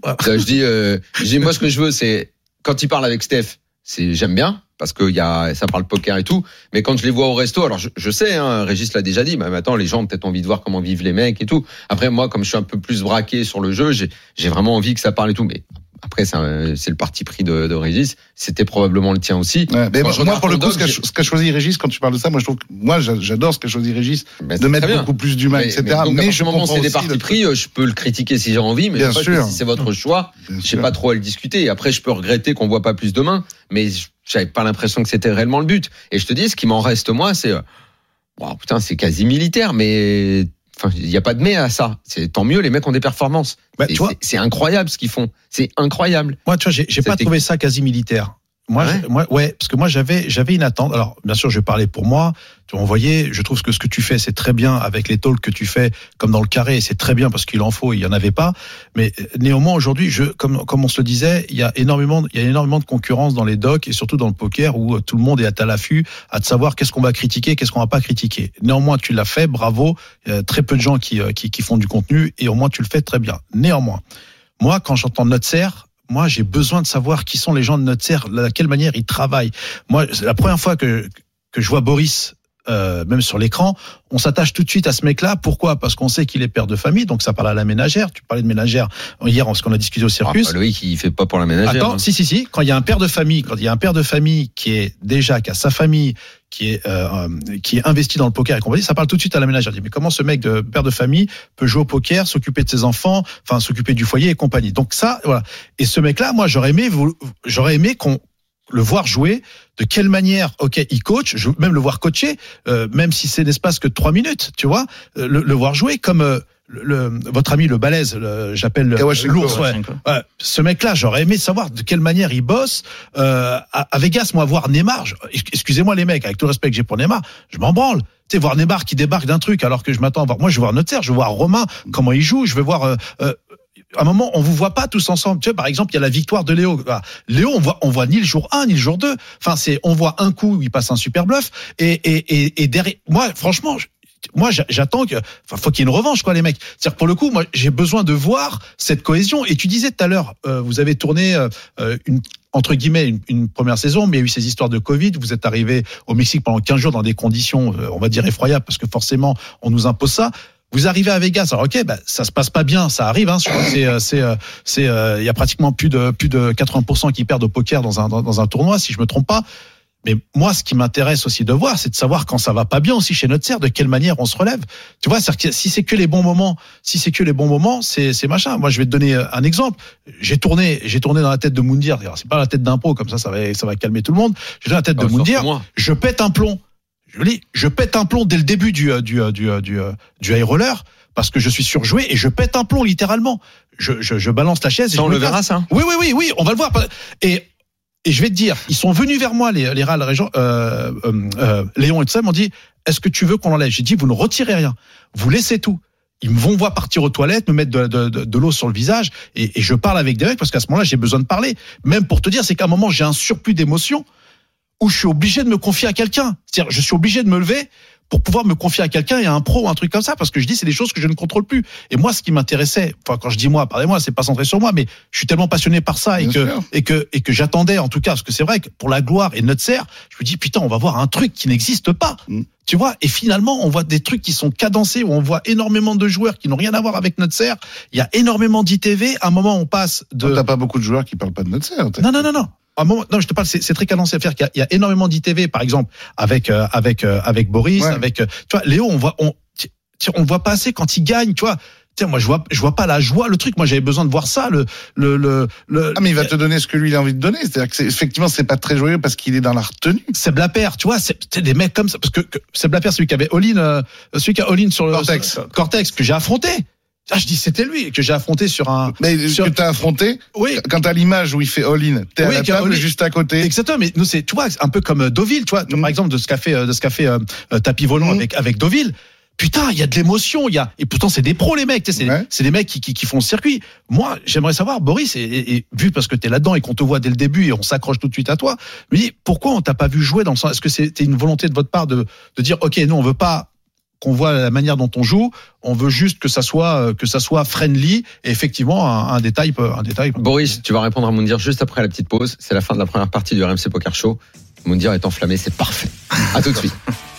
Je dis, moi ce que je veux, c'est quand il parle avec Steph, j'aime bien parce que ça parle poker et tout. Mais quand je les vois au resto, alors je sais, hein, Régis l'a déjà dit, mais attends, les gens ont peut-être envie de voir comment vivent les mecs et tout. Après moi, comme je suis un peu plus braqué sur le jeu, j'ai vraiment envie que ça parle et tout, mais. Après, c'est le parti pris de Régis. C'était probablement le tien aussi. Ouais, mais moi, pour le coup, ce qu'a choisi Régis, quand tu parles de ça, moi, je trouve que, j'adore ce qu'a choisi Régis, de mettre beaucoup plus d'humain, etc. Mais je comprends c'est des partis pris, je peux le critiquer si j'ai envie, mais si c'est votre choix, j'ai pas trop à le discuter. Après, je peux regretter qu'on voit pas plus demain, mais j'avais pas l'impression que c'était réellement le but. Et je te dis, ce qui m'en reste, moi, c'est, putain, c'est quasi militaire, mais, enfin, il n'y a pas de mais à ça. C'est tant mieux, les mecs ont des performances. Bah, c'est incroyable ce qu'ils font. C'est incroyable. Moi, tu vois, j'ai pas trouvé ça quasi militaire. Moi, parce que moi, j'avais une attente. Alors, bien sûr, je vais parler pour moi. Tu vois, on voyait, je trouve que ce que tu fais, c'est très bien avec les talks que tu fais, comme dans le carré, c'est très bien parce qu'il en faut, il y en avait pas. Mais néanmoins, aujourd'hui, comme on se le disait, il y a énormément de concurrence dans les docs et surtout dans le poker où tout le monde est à l'affût, à de savoir qu'est-ce qu'on va critiquer, qu'est-ce qu'on va pas critiquer. Néanmoins, tu l'as fait, bravo. Il y a très peu de gens qui font du contenu et au moins tu le fais très bien. Néanmoins, moi, quand j'entends Notser, moi, j'ai besoin de savoir qui sont les gens de Notser, de quelle manière ils travaillent. Moi, c'est la première fois que je vois Boris, même sur l'écran, on s'attache tout de suite à ce mec-là. Pourquoi ? Parce qu'on sait qu'il est père de famille, donc ça parle à la ménagère. Tu parlais de ménagère hier, ce qu'on a discuté au circus. Loïc, il fait pas pour la ménagère. Attends, si. Quand il y a un père de famille, qui a sa famille, qui est investi dans le poker et compagnie, ça parle tout de suite à la ménagère. Mais comment ce mec de père de famille peut jouer au poker, s'occuper de ses enfants, enfin s'occuper du foyer et compagnie. Donc ça, voilà. Et ce mec-là, moi, j'aurais aimé qu'on le voir jouer, de quelle manière, il coach, même le voir coacher, même si c'est l'espace que 3 minutes, tu vois, le voir jouer comme votre ami le balèze, j'appelle l'ours. Ce mec-là, j'aurais aimé savoir de quelle manière il bosse. À Vegas, moi, voir Neymar, excusez-moi les mecs, avec tout le respect que j'ai pour Neymar, je m'en branle. Tu sais, voir Neymar qui débarque d'un truc alors que je m'attends à voir. Moi, je veux voir Notser, je veux voir Romain, comment il joue, je veux voir. À un moment, on vous voit pas tous ensemble. Tu vois, par exemple, il y a la victoire de Léo. Léo, on voit ni le jour 1, ni le jour 2. Enfin, on voit un coup où il passe un super bluff. Et derrière, moi, franchement, j'attends faut qu'il y ait une revanche, quoi, les mecs. C'est-à-dire, pour le coup, moi, j'ai besoin de voir cette cohésion. Et tu disais tout à l'heure, vous avez tourné, entre guillemets, une première saison, mais il y a eu ces histoires de Covid. Vous êtes arrivé au Mexique pendant 15 jours dans des conditions, on va dire, effroyables, parce que forcément, on nous impose ça. Vous arrivez à Vegas, alors ça se passe pas bien, ça arrive, hein. Je crois que il y a pratiquement plus de 80% qui perdent au poker dans un tournoi, si je me trompe pas. Mais moi, ce qui m'intéresse aussi de voir, c'est de savoir quand ça va pas bien aussi chez Notser, de quelle manière on se relève. Tu vois, c'est-à-dire que si c'est que les bons moments, c'est machin. Moi, je vais te donner un exemple. J'ai tourné dans la tête de Moundir. C'est pas la tête d'un pro, comme ça va calmer tout le monde. J'ai dans la tête de Moundir. Je pète un plomb. Je pète un plomb dès le début du high roller parce que je suis surjoué et je pète un plomb littéralement. Je balance la chaise. Ça, on le verra, ça. Oui, on va le voir. Et je vais te dire, ils sont venus vers moi, les RAL Régent, Léon et tout ça, m'ont dit, est-ce que tu veux qu'on l'enlève ? J'ai dit, vous ne retirez rien, vous laissez tout. Ils me vont voir partir aux toilettes, me mettre de l'eau sur le visage, et je parle avec des mecs parce qu'à ce moment-là, j'ai besoin de parler. Même pour te dire, c'est qu'à un moment, j'ai un surplus d'émotions où je suis obligé de me confier à quelqu'un. C'est-à-dire, je suis obligé de me lever pour pouvoir me confier à quelqu'un et à un pro ou un truc comme ça, parce que je dis c'est des choses que je ne contrôle plus. Et moi, ce qui m'intéressait, enfin quand je dis moi, pardonnez-moi, c'est pas centré sur moi, mais je suis tellement passionné par ça et que j'attendais en tout cas, parce que c'est vrai que pour la gloire et Nutser, je me dis putain, on va voir un truc qui n'existe pas. Tu vois, et finalement, on voit des trucs qui sont cadencés, où on voit énormément de joueurs qui n'ont rien à voir avec Nutser. Il y a énormément d'ITV. À un moment, on passe de. T'as pas beaucoup de joueurs qui parlent pas de Nutser. Non. À un moment, non, je te parle, c'est très cadencé à faire. Il y a énormément d'ITV, par exemple, avec Boris, avec, tu vois, Léo, on le voit pas assez quand il gagne, tu vois. Tiens, moi, je vois pas la joie, le truc. Moi, j'avais besoin de voir ça, Ah, mais il va te donner ce que lui, il a envie de donner. C'est-à-dire que effectivement, c'est pas très joyeux parce qu'il est dans la retenue. Seb Lapère, tu vois, c'est des mecs comme ça. Parce que Seb Lapère, celui qui avait celui qui a all-in sur le Cortex, que j'ai affronté. Ah, je dis c'était lui que j'ai affronté sur un. Mais que t'as affronté. Oui. Quand t'as l'image où il fait all-in, t'es à la table juste à côté. Exactement. Mais nous, c'est, tu vois, un peu comme Deauville, tu vois, par exemple de ce qu'a fait tapis volant avec Deauville. Putain, il y a de l'émotion, et pourtant c'est des pros les mecs, c'est des mecs qui font le circuit. Moi, j'aimerais savoir, Boris, et vu parce que t'es là-dedans et qu'on te voit dès le début et on s'accroche tout de suite à toi, me dis pourquoi on t'a pas vu jouer dans le sens. Est-ce que c'était une volonté de votre part de dire ok, nous on veut pas qu'on voit la manière dont on joue, on veut juste que ça soit friendly, et effectivement un détail. Boris, tu vas répondre à Moundir juste après la petite pause. C'est la fin de la première partie du RMC Poker Show. Moundir est enflammé, c'est parfait. À tout de suite.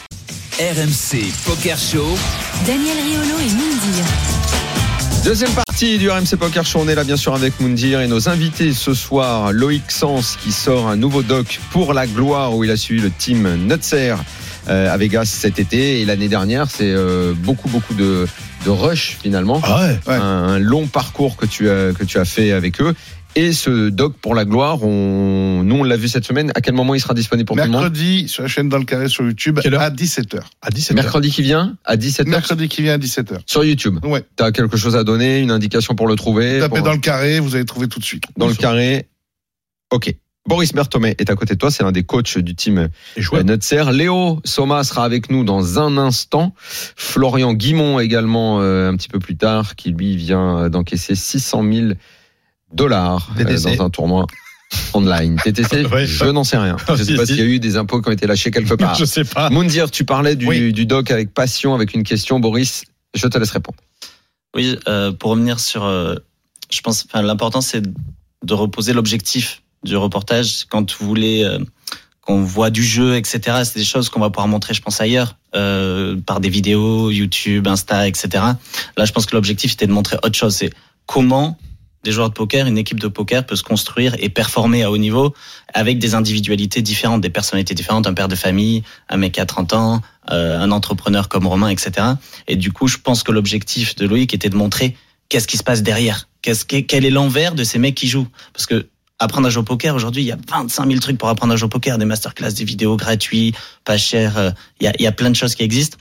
RMC Poker Show. Daniel Riolo et Moundir. Deuxième partie du RMC Poker Show, on est là bien sûr avec Moundir et nos invités ce soir, Loïc Sens qui sort un nouveau doc pour la gloire où il a suivi le team Nutser à Vegas cet été, et l'année dernière c'est beaucoup de rush finalement. Un long parcours que tu as fait avec eux. Et ce doc pour la gloire, nous on l'a vu cette semaine. À quel moment il sera disponible pour tout le monde ? Mercredi sur la chaîne Dans le Carré sur YouTube à 17h. Mercredi qui vient à 17h. Mercredi qui vient à 17h. Sur YouTube. Ouais. T'as quelque chose à donner, une indication pour le trouver ? Tapez Dans le Carré, vous allez trouver tout de suite. Dans le Carré. Ok. Boris Mertomé est à côté de toi, c'est l'un des coachs du team Nutser. Léo Soma sera avec nous dans un instant. Florian Guimont également un petit peu plus tard, qui lui vient d'encaisser $600,000 dans un tournoi online. TTC, je n'en sais rien. Je ne sais pas s'il y a eu des impôts qui ont été lâchés quelque part. Je sais pas. Moundir, tu parlais du doc avec passion, avec une question. Boris, je te laisse répondre. Oui, pour revenir sur, je pense, l'important c'est de reposer l'objectif du reportage. Quand vous voulez qu'on voit du jeu, etc., c'est des choses qu'on va pouvoir montrer, je pense, ailleurs, par des vidéos, YouTube, Insta, etc. Là, je pense que l'objectif était de montrer autre chose. C'est comment des joueurs de poker, une équipe de poker peut se construire et performer à haut niveau avec des individualités différentes, des personnalités différentes, un père de famille, un mec à 30 ans, un entrepreneur comme Romain, etc. Et du coup, je pense que l'objectif de Loïc était de montrer qu'est-ce qui se passe derrière, quel est l'envers de ces mecs qui jouent. Parce que apprendre à jouer au poker, aujourd'hui, il y a 25 000 trucs pour apprendre à jouer au poker, des masterclass, des vidéos gratuites, pas chères, il y a plein de choses qui existent.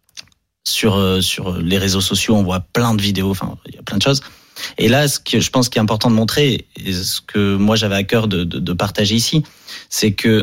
Sur les réseaux sociaux, on voit plein de vidéos, enfin, il y a plein de choses. Et là, ce que je pense qu'il est important de montrer, et ce que moi j'avais à cœur de partager ici, c'est que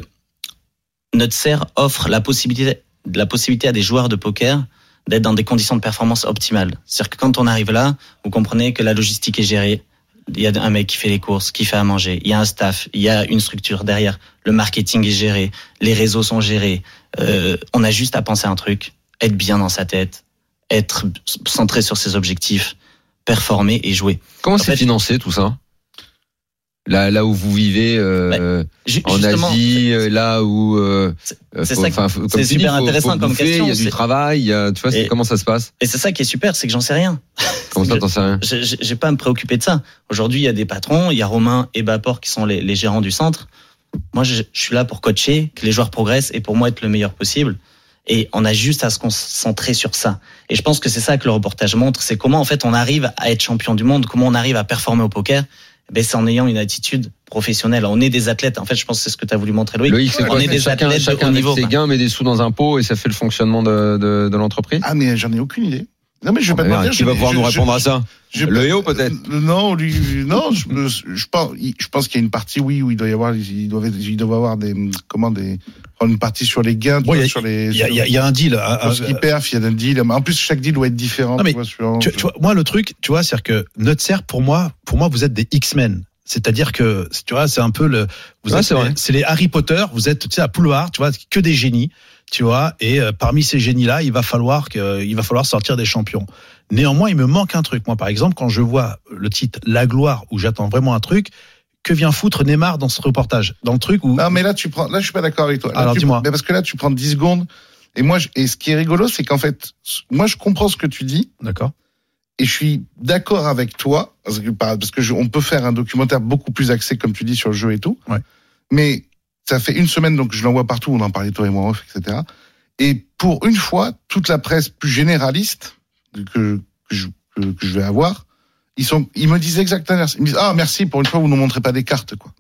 Nutser offre la possibilité à des joueurs de poker d'être dans des conditions de performance optimales. C'est-à-dire que quand on arrive là, vous comprenez que la logistique est gérée, il y a un mec qui fait les courses, qui fait à manger, il y a un staff, il y a une structure derrière, le marketing est géré, les réseaux sont gérés, on a juste à penser à un truc, être bien dans sa tête, être centré sur ses objectifs, performer et jouer. Comment c'est financé tout ça ? Là où vous vivez en Asie, là où c'est super intéressant comme question. Il y a du travail, tu vois, comment ça se passe ? Et c'est ça qui est super, c'est que j'en sais rien. Comment ça, t'en sais rien ? J'ai pas à me préoccuper de ça. Aujourd'hui, il y a des patrons, il y a Romain et Bapor qui sont les gérants du centre. Moi, je suis là pour coacher, que les joueurs progressent et pour moi être le meilleur possible. Et on a juste à se concentrer sur ça. Et je pense que c'est ça que le reportage montre, c'est comment en fait on arrive à être champion du monde, comment on arrive à performer au poker. C'est en ayant une attitude professionnelle. On est des athlètes. En fait, je pense que c'est ce que tu as voulu montrer, Loïc. C'est quoi, on est des athlètes chacun de haut niveau. Ses gains met des sous dans un pot et ça fait le fonctionnement de l'entreprise. Ah, mais j'en ai aucune idée. Non, mais je vais pas te mentir. Qui va pouvoir nous répondre à ça? Le Léo, peut-être? Non, je pense qu'il y a une partie, oui, où il doit y avoir, il doit avoir une partie sur les gains, sur les. Il y a un deal. Ce qui perd, il y a un deal. En plus, chaque deal doit être différent. Non, mais tu vois, moi, le truc, tu vois, c'est que Nutser, pour moi, vous êtes des X-Men. C'est-à-dire que, tu vois, c'est un peu c'est les Harry Potter. Vous êtes, tu sais, à Poulevard, tu vois, que des génies, tu vois. Et parmi ces génies-là, il va falloir sortir des champions. Néanmoins, il me manque un truc. Moi, par exemple, quand je vois le titre La Gloire, où j'attends vraiment un truc, que vient foutre Neymar dans ce reportage? Dans le truc où. Non, mais là, je suis pas d'accord avec toi. Alors, dis-moi. Mais parce que là, tu prends 10 secondes. Et ce qui est rigolo, c'est qu'en fait, moi, je comprends ce que tu dis. D'accord. Et je suis d'accord avec toi, parce que on peut faire un documentaire beaucoup plus axé, comme tu dis, sur le jeu et tout. Ouais. Mais ça fait une semaine, donc je l'envoie partout, on en parlait toi et moi, etc. Et pour une fois, toute la presse plus généraliste que je vais avoir, ils me disent exactement l'inverse. Ils me disent, merci, pour une fois, vous ne montrez pas des cartes, quoi.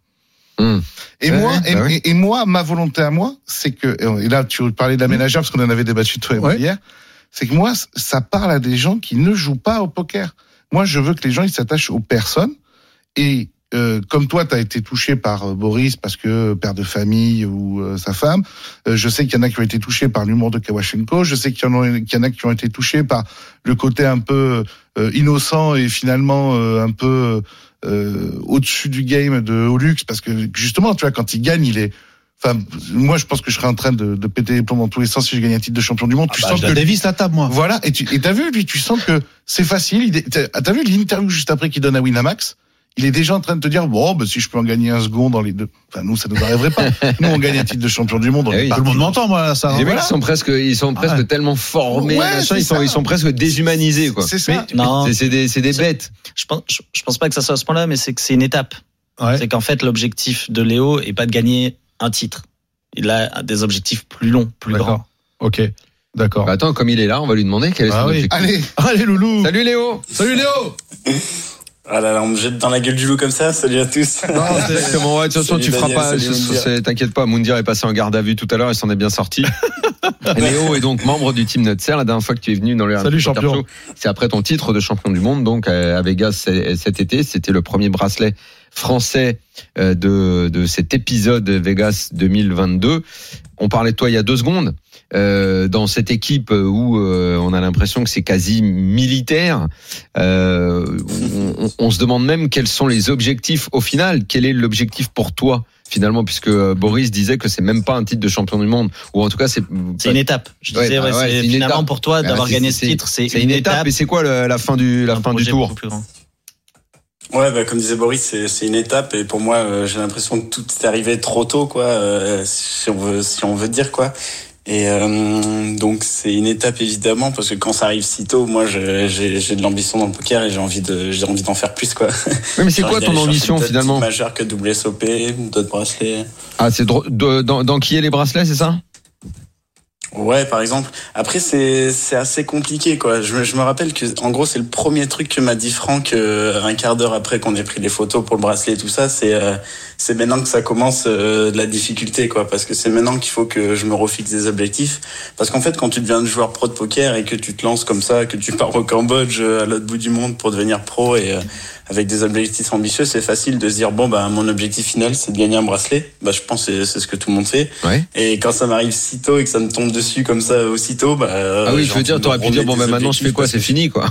Et moi, ma volonté à moi, c'est que, et là, tu parlais de la ménagère, parce qu'on en avait débattu toi et moi hier, c'est que moi, ça parle à des gens qui ne jouent pas au poker. Moi, je veux que les gens, ils s'attachent aux personnes. Et comme toi, tu as été touché par Boris parce que père de famille ou sa femme. Je sais qu'il y en a qui ont été touchés par l'humour de Kawashenko. Je sais qu'il y en a qui ont été touchés par le côté un peu innocent et finalement un peu au-dessus du game de Olux. Parce que justement, tu vois, quand il gagne, il est... Enfin, moi, je pense que je serais en train de péter les plombs dans tous les sens si je gagnais un titre de champion du monde. Tu sens que Davis la table, moi. Voilà. Et t'as vu, lui, tu sens que c'est facile. T'as vu l'interview juste après qu'il donne à Winamax? Il est déjà en train de te dire, si je peux en gagner un second dans les deux. Enfin, nous, ça nous arriverait pas. Nous, on gagne un titre de champion du monde. Tout le monde m'entend, moi, ça. Les mecs, ils sont presque tellement formés, ils sont presque déshumanisés, quoi. C'est ça. C'est des bêtes. Je pense pas que ça soit à ce point-là, mais c'est que c'est une étape. Ouais. C'est qu'en fait, l'objectif de Léo est pas de gagner un titre. Il a des objectifs plus longs, plus grands. Ok, d'accord. Bah attends, comme il est là, on va lui demander quel est son objectif. Allez, Loulou. Salut Léo. Ah là là, on me jette dans la gueule du loup comme ça. Salut à tous. Non, exactement. Ouais, de toute façon, tu feras pas. T'inquiète pas, Moundir est passé en garde à vue tout à l'heure, il s'en est bien sorti. Léo est donc membre du team Nutser. La dernière fois que tu es venu dans le Salut champion. Show, c'est après ton titre de champion du monde, donc à Vegas cet été. C'était le premier bracelet français de cet épisode Vegas 2022. On parlait de toi il y a 2 secondes. Dans cette équipe où on a l'impression que c'est quasi militaire, on se demande même quels sont les objectifs au final. Quel est l'objectif pour toi finalement, puisque Boris disait que c'est même pas un titre de champion du monde, ou en tout cas c'est une étape. Je disais c'est finalement étape. Pour toi d'avoir gagné ce titre, c'est une étape. Et c'est quoi la fin du tour? Ouais, comme disait Boris, c'est une étape, et pour moi, j'ai l'impression que tout est arrivé trop tôt, quoi, si on veut dire, quoi. Et donc c'est une étape évidemment, parce que quand ça arrive si tôt, moi j'ai de l'ambition dans le poker et j'ai envie d'en faire plus, quoi. Oui, mais c'est quoi ton ambition finalement? Majeur que WSOP, d'autres bracelets. Ah, c'est dans qui est les bracelets, c'est ça? Ouais, par exemple. Après, c'est assez compliqué, quoi. Je me rappelle que, en gros, c'est le premier truc que m'a dit Franck un quart d'heure après qu'on ait pris les photos pour le bracelet et tout ça. C'est maintenant que ça commence de la difficulté, quoi. Parce que c'est maintenant qu'il faut que je me refixe des objectifs. Parce qu'en fait, quand tu deviens joueur pro de poker et que tu te lances comme ça, que tu pars au Cambodge à l'autre bout du monde pour devenir pro et avec des objectifs ambitieux, c'est facile de se dire mon objectif final c'est de gagner un bracelet. Je pense que c'est ce que tout le monde fait. Ouais. Et quand ça m'arrive si tôt et que ça me tombe dessus comme ça aussitôt, ah oui, je veux dire, t'aurais pu dire maintenant je fais quoi, c'est fini, quoi.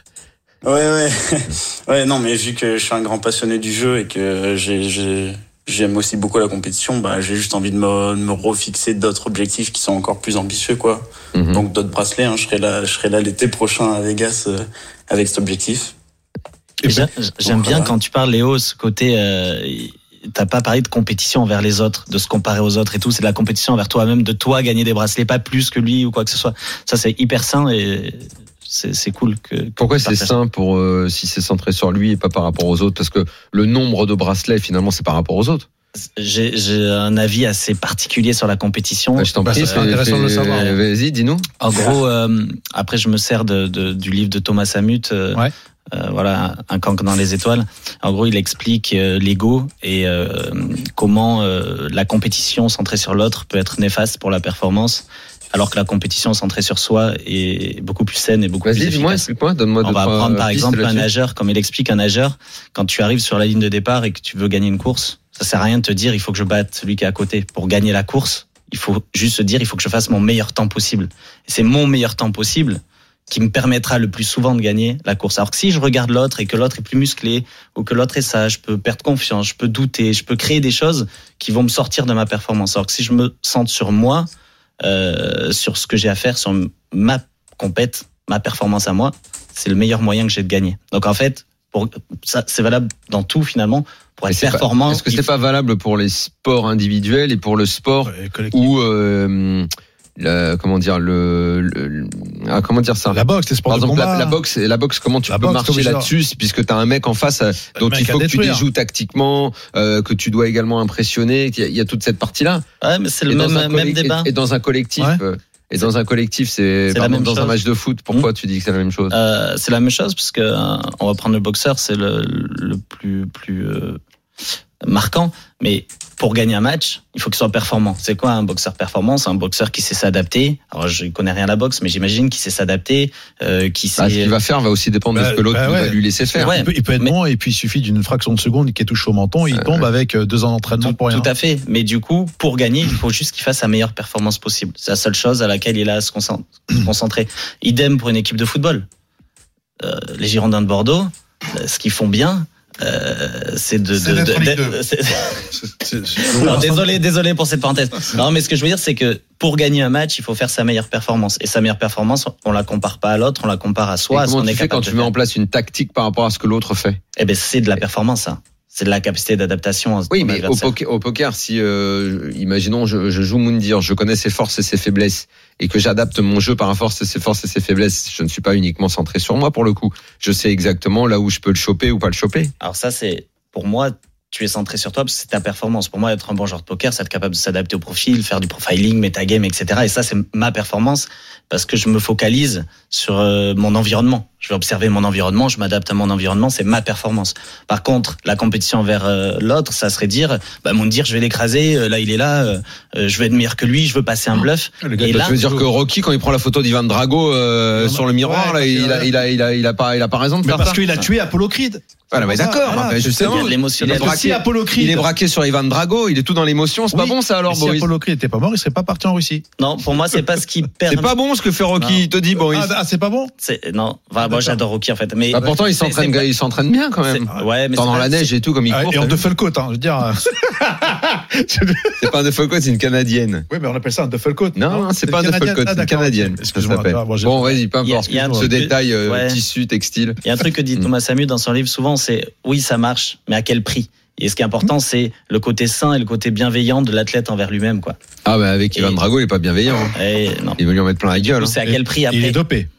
Ouais, non, mais vu que je suis un grand passionné du jeu et que j'aime aussi beaucoup la compétition, j'ai juste envie de me refixer d'autres objectifs qui sont encore plus ambitieux, quoi. Mm-hmm. Donc d'autres bracelets, je serai là l'été prochain à Vegas avec cet objectif. J'aime bien quand tu parles, Léo, ce côté, t'as pas parlé de compétition envers les autres, de se comparer aux autres et tout, c'est de la compétition envers toi-même, de toi gagner des bracelets, pas plus que lui ou quoi que ce soit. Ça, c'est hyper sain et c'est cool que. Pourquoi c'est sain si c'est centré sur lui et pas par rapport aux autres? Parce que le nombre de bracelets, finalement, c'est par rapport aux autres. J'ai un avis assez particulier sur la compétition. Je t'en prie, c'est intéressant de le savoir. Vas-y, dis-nous. En gros, après, je me sers du livre de Thomas Samut. Ouais. Voilà, un cancre dans les étoiles. En gros, il explique l'ego et comment la compétition centrée sur l'autre peut être néfaste pour la performance. alors que la compétition centrée sur soi est beaucoup plus saine et beaucoup plus efficace. Dis-moi, explique-moi, donne-moi On va prendre par exemple un nageur, comme il explique, un nageur, quand tu arrives sur la ligne de départ et que tu veux gagner une course, ça sert à rien de te dire il faut que je batte celui qui est à côté. Pour gagner la course, il faut juste se dire il faut que je fasse mon meilleur temps possible. Et c'est mon meilleur temps possible qui me permettra le plus souvent de gagner la course. Alors que si je regarde l'autre et que l'autre est plus musclé ou que l'autre est sage, je peux perdre confiance, je peux douter, je peux créer des choses qui vont me sortir de ma performance. Alors que si je me centre sur moi, sur ce que j'ai à faire, sur ma compète, ma performance à moi, c'est le meilleur moyen que j'ai de gagner. Donc en fait, ça, c'est valable dans tout finalement. Pour être performant. Est-ce que c'est pas valable pour les sports individuels et pour le sport où comment dire ça, la boxe, les sports de combat. La boxe, comment tu peux marcher là-dessus, puisque t'as un mec en face dont il faut que tu déjoues tactiquement, que tu dois également impressionner. Il y a toute cette partie-là. Ouais, mais c'est le même débat. Et dans un collectif. Ouais. Et dans un collectif, c'est par exemple dans un match de foot. Pourquoi tu dis que c'est la même chose? C'est la même chose parce que on va prendre le boxeur, c'est le plus marquant. Mais pour gagner un match, il faut qu'il soit performant. C'est quoi un boxeur performant? C'est un boxeur qui sait s'adapter. Alors je connais rien à la boxe, mais j'imagine qu'il sait s'adapter, qui sait. Ce qu'il va faire va aussi dépendre de ce que l'autre va lui laisser faire. Ouais. Il peut être bon et puis il suffit d'une fraction de seconde qu'il touche au menton, il tombe avec 2 ans d'entraînement pour rien. Tout à fait. Mais du coup, pour gagner, il faut juste qu'il fasse sa meilleure performance possible. C'est la seule chose à laquelle il a à se concentrer. Idem pour une équipe de football. Les Girondins de Bordeaux, ce qu'ils font bien. C'est désolé pour cette parenthèse. Non, mais ce que je veux dire, c'est que pour gagner un match, il faut faire sa meilleure performance. Et sa meilleure performance, on la compare pas à l'autre, on la compare à soi. Comment tu fais quand tu mets en place une tactique par rapport à ce que l'autre fait? Eh ben, c'est de la performance, ça. C'est de la capacité d'adaptation. Oui, mais au poker, si imaginons je joue Moundir, je connais ses forces et ses faiblesses, et que j'adapte mon jeu par rapport à ses forces et ses faiblesses, je ne suis pas uniquement centré sur moi pour le coup. Je sais exactement là où je peux le choper ou pas le choper. Alors ça, c'est pour moi. Tu es centré sur toi parce que c'est ta performance. Pour moi, être un bon joueur de poker, c'est être capable de s'adapter au profil, faire du profiling, metagame, etc. Et ça, c'est ma performance parce que je me focalise sur mon environnement. Je vais observer mon environnement, je m'adapte à mon environnement, c'est ma performance. Par contre, la compétition envers l'autre, ça serait dire, Moundir, je vais l'écraser, là il est là, je vais être meilleur que lui, je veux passer un bluff. Et là, tu veux dire que Rocky, quand il prend la photo d'Ivan Drago sur le miroir, là, il a pas raison de faire ça. Parce qu'il a tué Apollo Creed. Voilà, mais d'accord. Justement, il est braqué sur Ivan Drago, il est tout dans l'émotion. C'est pas bon ça alors, Boris. Si Apollo Creed était pas mort, il serait pas parti en Russie. Non, pour moi, c'est pas ce qui permet. C'est pas bon ce que fait Rocky. Il te dit, Boris. C'est pas bon. Non, moi j'adore Rocky en fait. Mais pourtant il s'entraîne bien quand même. Ouais, mais dans la neige et tout comme il court. Et en Duffelcoat, je veux dire. C'est pas un Duffelcoat, c'est une Canadienne. Oui, mais on appelle ça un Duffelcoat. Non, c'est pas un Duffelcoat, c'est une Canadienne. Bon, vas-y, peu importe. Ce détail tissu, textile. Il y a un truc que dit Thomas Samu dans son livre souvent, c'est oui, ça marche, mais à quel prix? Et ce qui est important, c'est le côté sain et le côté bienveillant de l'athlète envers lui-même, quoi. Ah, bah, avec Ivan Drago, il est pas bienveillant. Non. Il veut lui en mettre plein la gueule. C'est à quel prix après? Il est dopé.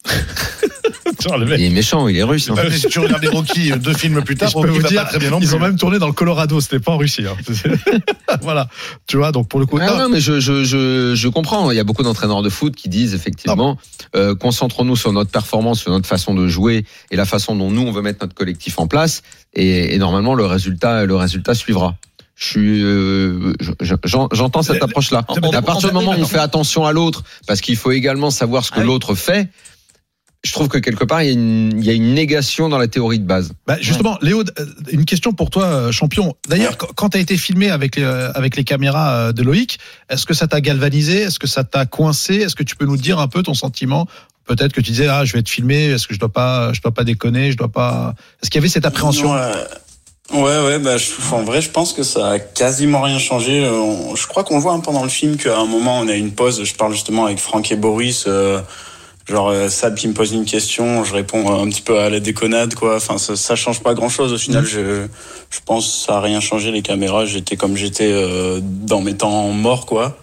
Il est méchant, il est russe. Hein. Si tu regardes les Rocky 2 films plus tard, je peux vous dire, ils ont même tourné dans le Colorado, c'était pas en Russie. Voilà, tu vois, donc pour le coup. Non, mais je comprends. Il y a beaucoup d'entraîneurs de foot qui disent effectivement, concentrons-nous sur notre performance, sur notre façon de jouer et la façon dont nous on veut mettre notre collectif en place, et normalement le résultat suivra. J'entends cette approche-là. À partir du moment où on fait attention à l'autre, parce qu'il faut également savoir ce que l'autre fait. Je trouve que quelque part, il y a une négation dans la théorie de base. Justement, Léo, une question pour toi, champion. D'ailleurs, quand tu as été filmé avec les caméras de Loïc, est-ce que ça t'a galvanisé? Est-ce que ça t'a coincé? Est-ce que tu peux nous dire un peu ton sentiment? Peut-être que tu disais, je vais être filmé, est-ce que je dois pas déconner, est-ce qu'il y avait cette appréhension? Ouais, en vrai, je pense que ça a quasiment rien changé. Je crois qu'on voit pendant le film qu'à un moment, on a une pause. Je parle justement avec Franck et Boris. Sab qui me pose une question, je réponds un petit peu à la déconnade, quoi. Enfin, ça change pas grand chose. Au final, je pense que ça a rien changé, les caméras. J'étais comme j'étais, dans mes temps morts, quoi.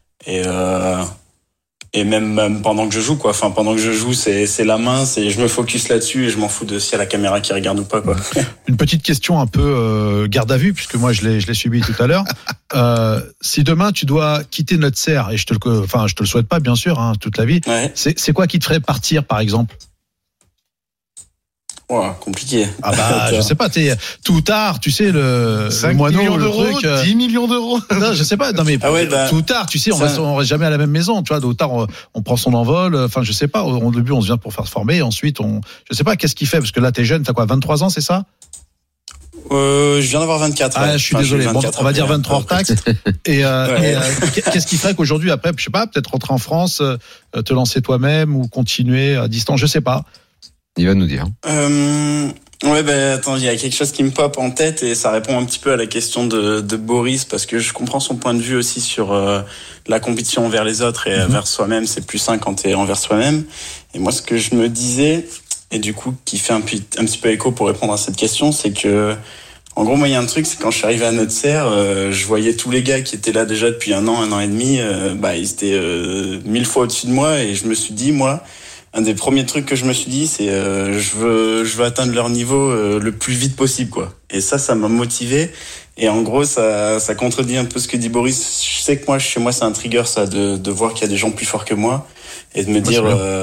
Et même pendant que je joue, quoi. Enfin, pendant que je joue, c'est la main, je me focus là-dessus et je m'en fous de si y a la caméra qui regarde ou pas, quoi. Une petite question un peu garde à vue, puisque moi je l'ai subi tout à l'heure. Si demain tu dois quitter notre serre, et je te le souhaite pas, bien sûr, toute la vie. Ouais. C'est quoi qui te ferait partir, par exemple? Ouais, compliqué. Ah bah, je sais pas, tout ou tard, tu sais, le 5 moineau, millions le d'euros, truc, 10 millions d'euros. Non, je sais pas. Non, mais tout ou tard, tu sais, on reste jamais à la même maison. Tu vois, tôt ou tard, on prend son envol. Enfin, je sais pas. Au début, on se vient pour faire se former. Ensuite, je sais pas, qu'est-ce qu'il fait? Parce que là, t'es jeune, t'as quoi, 23 ans, c'est ça? Je viens d'avoir 24. Ah, je suis désolé. Bon, on va dire 23 hors taxe. Et qu'est-ce qui ferait qu'aujourd'hui, après, je sais pas, peut-être rentrer en France, te lancer toi-même ou continuer à distance, je sais pas. Il va nous dire. Ouais, attends, il y a quelque chose qui me pop en tête et ça répond un petit peu à la question de Boris parce que je comprends son point de vue aussi sur la compétition envers les autres et envers soi-même. C'est plus sain quand t'es envers soi-même. Et moi, ce que je me disais, et du coup, qui fait un petit peu écho pour répondre à cette question, c'est que, en gros, moi, il y a un truc, c'est quand je suis arrivé à Notser, je voyais tous les gars qui étaient là déjà depuis un an et demi, ils étaient 1000 fois au-dessus de moi et je me suis dit, moi, un des premiers trucs que je me suis dit, c'est je veux atteindre leur niveau le plus vite possible, quoi. Et ça m'a motivé. Et en gros, ça contredit un peu ce que dit Boris. Je sais que moi, chez moi, c'est un trigger, ça, de voir qu'il y a des gens plus forts que moi et de me dire,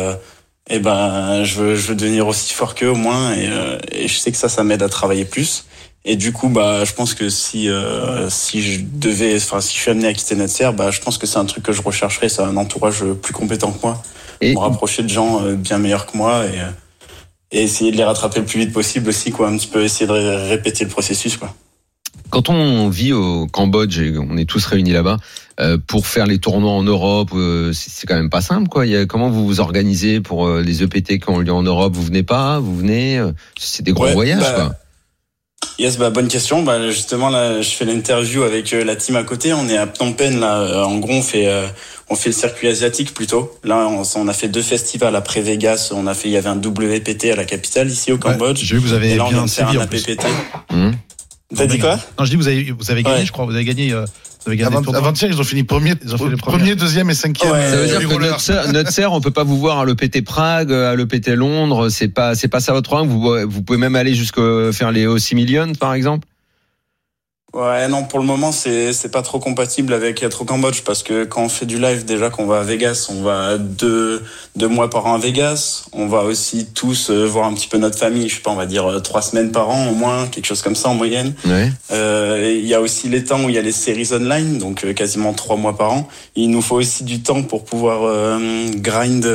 je veux devenir aussi fort qu'eux au moins. Et je sais que ça m'aide à travailler plus. Et du coup, je pense que si je suis amené à quitter Notser, je pense que c'est un truc que je rechercherais, c'est un entourage plus compétent que moi. Et me rapprocher de gens bien meilleurs que moi et essayer de les rattraper le plus vite possible aussi, quoi. Un petit peu essayer de répéter le processus, quoi. Quand on vit au Cambodge et on est tous réunis là-bas pour faire les tournois en Europe, c'est quand même pas simple, quoi. Comment vous vous organisez pour les EPT qui ont lieu en Europe? Vous venez pas? Vous venez? C'est des gros voyages, quoi. Yes, bonne question. Justement, là, je fais l'interview avec la team à côté. On est à Phnom Penh, là. En gros, on fait le circuit asiatique plutôt. Là, on a fait 2 festivals après Vegas. Il y avait un WPT à la capitale ici au Cambodge. J'ai vu que vous avez bien bien sévi un APPT. T'as dit quoi? Non, je dis vous avez gagné, je crois. Vous avez gagné. Avant-hier, ils ont fini premier, deuxième et cinquième. Ouais, ça veut dire que Notser, on peut pas vous voir à l'EPT Prague, à l'EPT Londres. C'est pas ça votre programme. Vous pouvez même aller jusqu'à faire les O6 Millions, par exemple. Ouais, non, pour le moment, c'est pas trop compatible avec être au Cambodge parce que quand on fait du live, déjà qu'on va à Vegas, on va 2 mois par an à Vegas. On va aussi tous voir un petit peu notre famille. Je sais pas, on va dire 3 semaines par an au moins, quelque chose comme ça en moyenne. Ouais. Il y a aussi les temps où il y a les séries online, donc quasiment 3 mois par an. Il nous faut aussi du temps pour pouvoir grind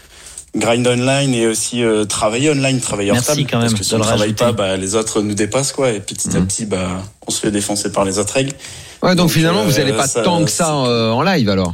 online et aussi travailler online, travailler hors table. Parce que si on travaille pas, les autres nous dépassent, quoi. Et petit à petit, on se fait défoncer par les autres règles. Ouais, donc finalement, vous n'allez pas tant que ça en live, alors?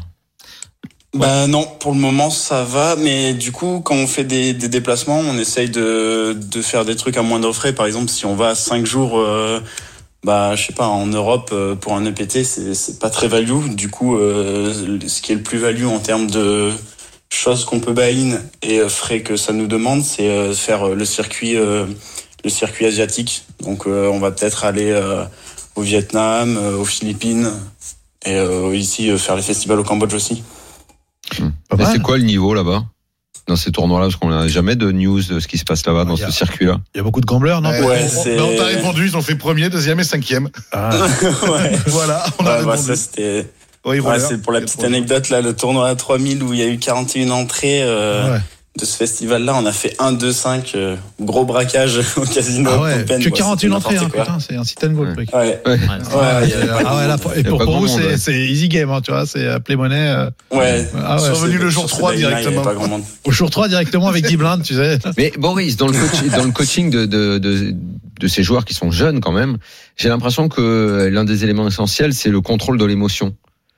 Non, pour le moment, ça va. Mais du coup, quand on fait des déplacements, on essaye de faire des trucs à moindre frais. Par exemple, si on va 5 jours, je sais pas, en Europe, pour un EPT, c'est pas très value. Du coup, ce qui est le plus value en termes de choses qu'on peut buy-in et frais que ça nous demande, c'est faire le circuit asiatique. Donc on va peut-être aller au Vietnam, aux Philippines et ici faire les festivals au Cambodge aussi. Et c'est quoi le niveau là-bas dans ces tournois-là, parce qu'on n'a jamais de news de ce qui se passe là-bas dans ce circuit-là? Il y a beaucoup de gamblers, non? On t'a répondu, ils ont fait premier, deuxième et cinquième. Ouais. Voilà, on a répondu. Ça, c'était... c'est pour la petite anecdote, là, le tournoi à 3000 où il y a eu 41 entrées de ce festival-là. On a fait 1, 2, 5, gros braquage au casino. Ah ouais, que 41 entrées, putain, c'est un sit and go, le truc. Et pour vous, c'est easy game, tu vois, c'est play money. Ils sont venus le jour 3 directement. Au jour 3 directement avec 10 blindes, tu sais. Mais Boris, dans le coaching de ces joueurs qui sont jeunes quand même, j'ai l'impression que l'un des éléments essentiels, c'est le contrôle de l'émotion.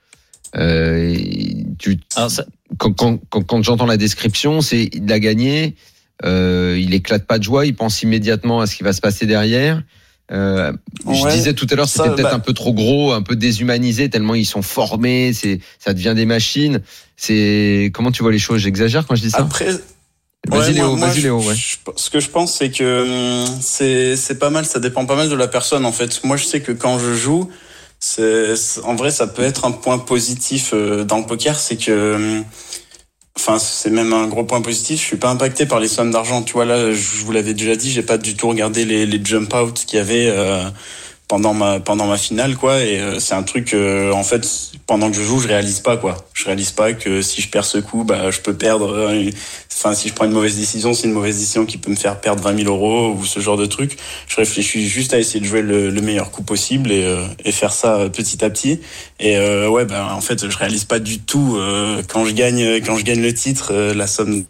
Quand j'entends la description, c'est il a gagné, il éclate pas de joie, il pense immédiatement à ce qui va se passer derrière. Je disais tout à l'heure, c'était peut-être un peu trop gros, un peu déshumanisé, tellement ils sont formés, ça devient des machines. Comment tu vois les choses? J'exagère quand je dis ça? Après, vas-y Léo. Ce que je pense, c'est que c'est pas mal, ça dépend pas mal de la personne en fait. Moi, je sais que quand je joue, en vrai, ça peut être un point positif dans le poker, c'est que, c'est même un gros point positif. Je suis pas impacté par les sommes d'argent. Tu vois, là, je vous l'avais déjà dit, j'ai pas du tout regardé les jump out qu'il y avait pendant ma finale, quoi. Et c'est un truc, en fait, pendant que je joue, je réalise pas, quoi. Je réalise pas que si je perds ce coup, je peux perdre. Enfin, si je prends une mauvaise décision, c'est une mauvaise décision qui peut me faire perdre 20 000 € ou ce genre de truc. Je réfléchis juste à essayer de jouer le meilleur coup possible et faire ça petit à petit. Et en fait, je réalise pas du tout quand je gagne le titre, la somme.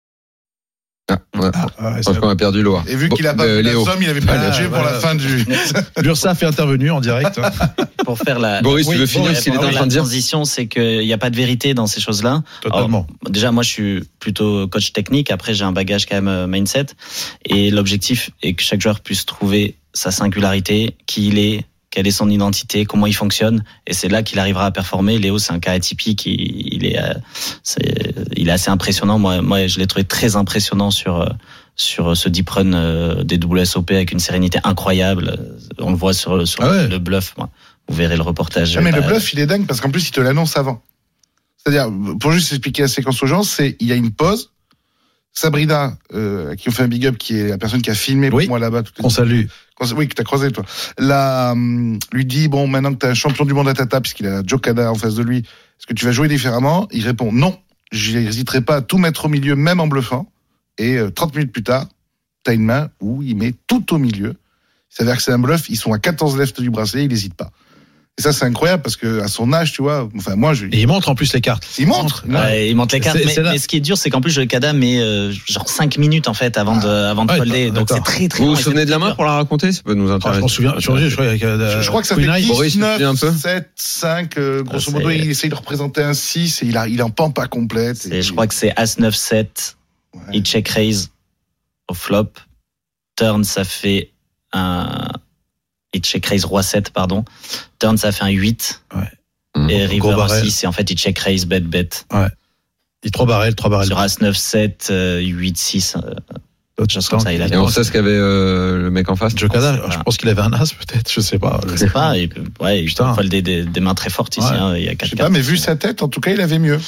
Je pense qu'on a perdu Loa. Et vu qu'il a pas fait la somme, il avait pas le budget pour la fin du. L'URSSAF est intervenu en direct. Pour faire la. Boris, tu veux finir ce qu'il est en train de dire? La transition, c'est qu'il n'y a pas de vérité dans ces choses-là. Totalement. Alors, déjà, moi, je suis plutôt coach technique. Après, j'ai un bagage quand même mindset. Et l'objectif est que chaque joueur puisse trouver sa singularité, qui il est, quelle est son identité, comment il fonctionne, et c'est là qu'il arrivera à performer. Léo, c'est un cas atypique, il est assez impressionnant. Moi, je l'ai trouvé très impressionnant sur ce deep run des WSOP avec une sérénité incroyable. On le voit sur le bluff. Vous verrez le reportage. Mais le bluff, il est dingue parce qu'en plus, il te l'annonce avant. C'est-à-dire, pour juste expliquer la séquence aux gens, il y a une pause. Sabrina, qui on fait un big up, qui est la personne qui a filmé pour moi là-bas. On salue. Oui, que t'as croisé, toi. Là, lui dit, bon, maintenant que t'es un champion du monde à ta table, puisqu'il a Joe Cada en face de lui, est-ce que tu vas jouer différemment? Il répond, non, j'hésiterai pas à tout mettre au milieu, même en bluffant. Et 30 minutes plus tard, t'as une main où il met tout au milieu. Il s'avère que c'est un bluff, ils sont à 14 left du bracelet, il n'hésite pas. Et ça, c'est incroyable parce que à son âge, tu vois, enfin, moi, Et il montre en plus les cartes. Il montre les cartes. Mais ce qui est dur, c'est qu'en plus, le Cada met genre 5 minutes, en fait, avant de folder. Donc, c'est très, très Vous vous souvenez de la main pour la raconter? Ça peut nous intéresser. Je m'en souviens. Je crois que ça fait 10, Boris, 9, 7, 5, grosso modo, il essaye de représenter un 6 et il en pend pas complète. Je crois que c'est As 9, 7. Il check raise au flop. Turn, ça fait un. Il check raise Roi 7, pardon. Turn, ça fait un 8. Ouais. Et River aussi, c'est en fait, il check raise bet. Ouais. Il 3 barrels. Sur As 9, 7, 8, 6. Chose comme ça, il a. Et on sait ce qu'avait le mec en face. Joe Cada, je pense qu'il avait un as, peut-être, je sais pas. Je sais pas, il peut folder des mains très fortes ici, il y a 4 cartes. Je sais pas, mais vu sa tête, en tout cas, il avait mieux.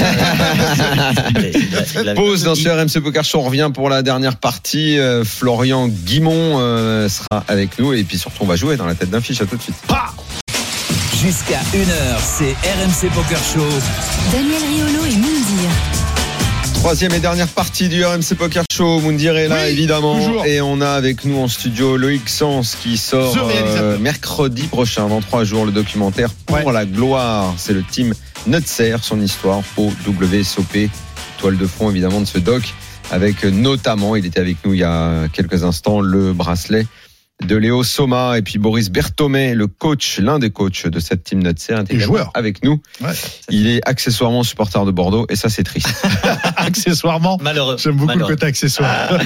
Pause dans ce RMC Poker Show, on revient pour la dernière partie. Florian Guimond sera avec nous et puis surtout, on va jouer dans la tête d'un fiche. À tout de suite. Jusqu'à 1h, c'est RMC Poker Show. Daniel Riolo et Moundir. Troisième et dernière partie du RMC Poker Show. Moundir est là, évidemment. Toujours. Et on a avec nous en studio Loïc Sens qui sort mercredi prochain, dans 3 jours, le documentaire Pour la gloire. C'est le team Nutser, son histoire au WSOP. Toile de fond, évidemment, de ce doc. Avec notamment, il était avec nous il y a quelques instants, le bracelet de Léo Soma et puis Boris Berthomé, le coach, l'un des coachs de cette team Nutser, est joueur avec nous. Ouais. Il est accessoirement supporter de Bordeaux et ça, c'est triste. Accessoirement. Malheureux. J'aime beaucoup le côté accessoire.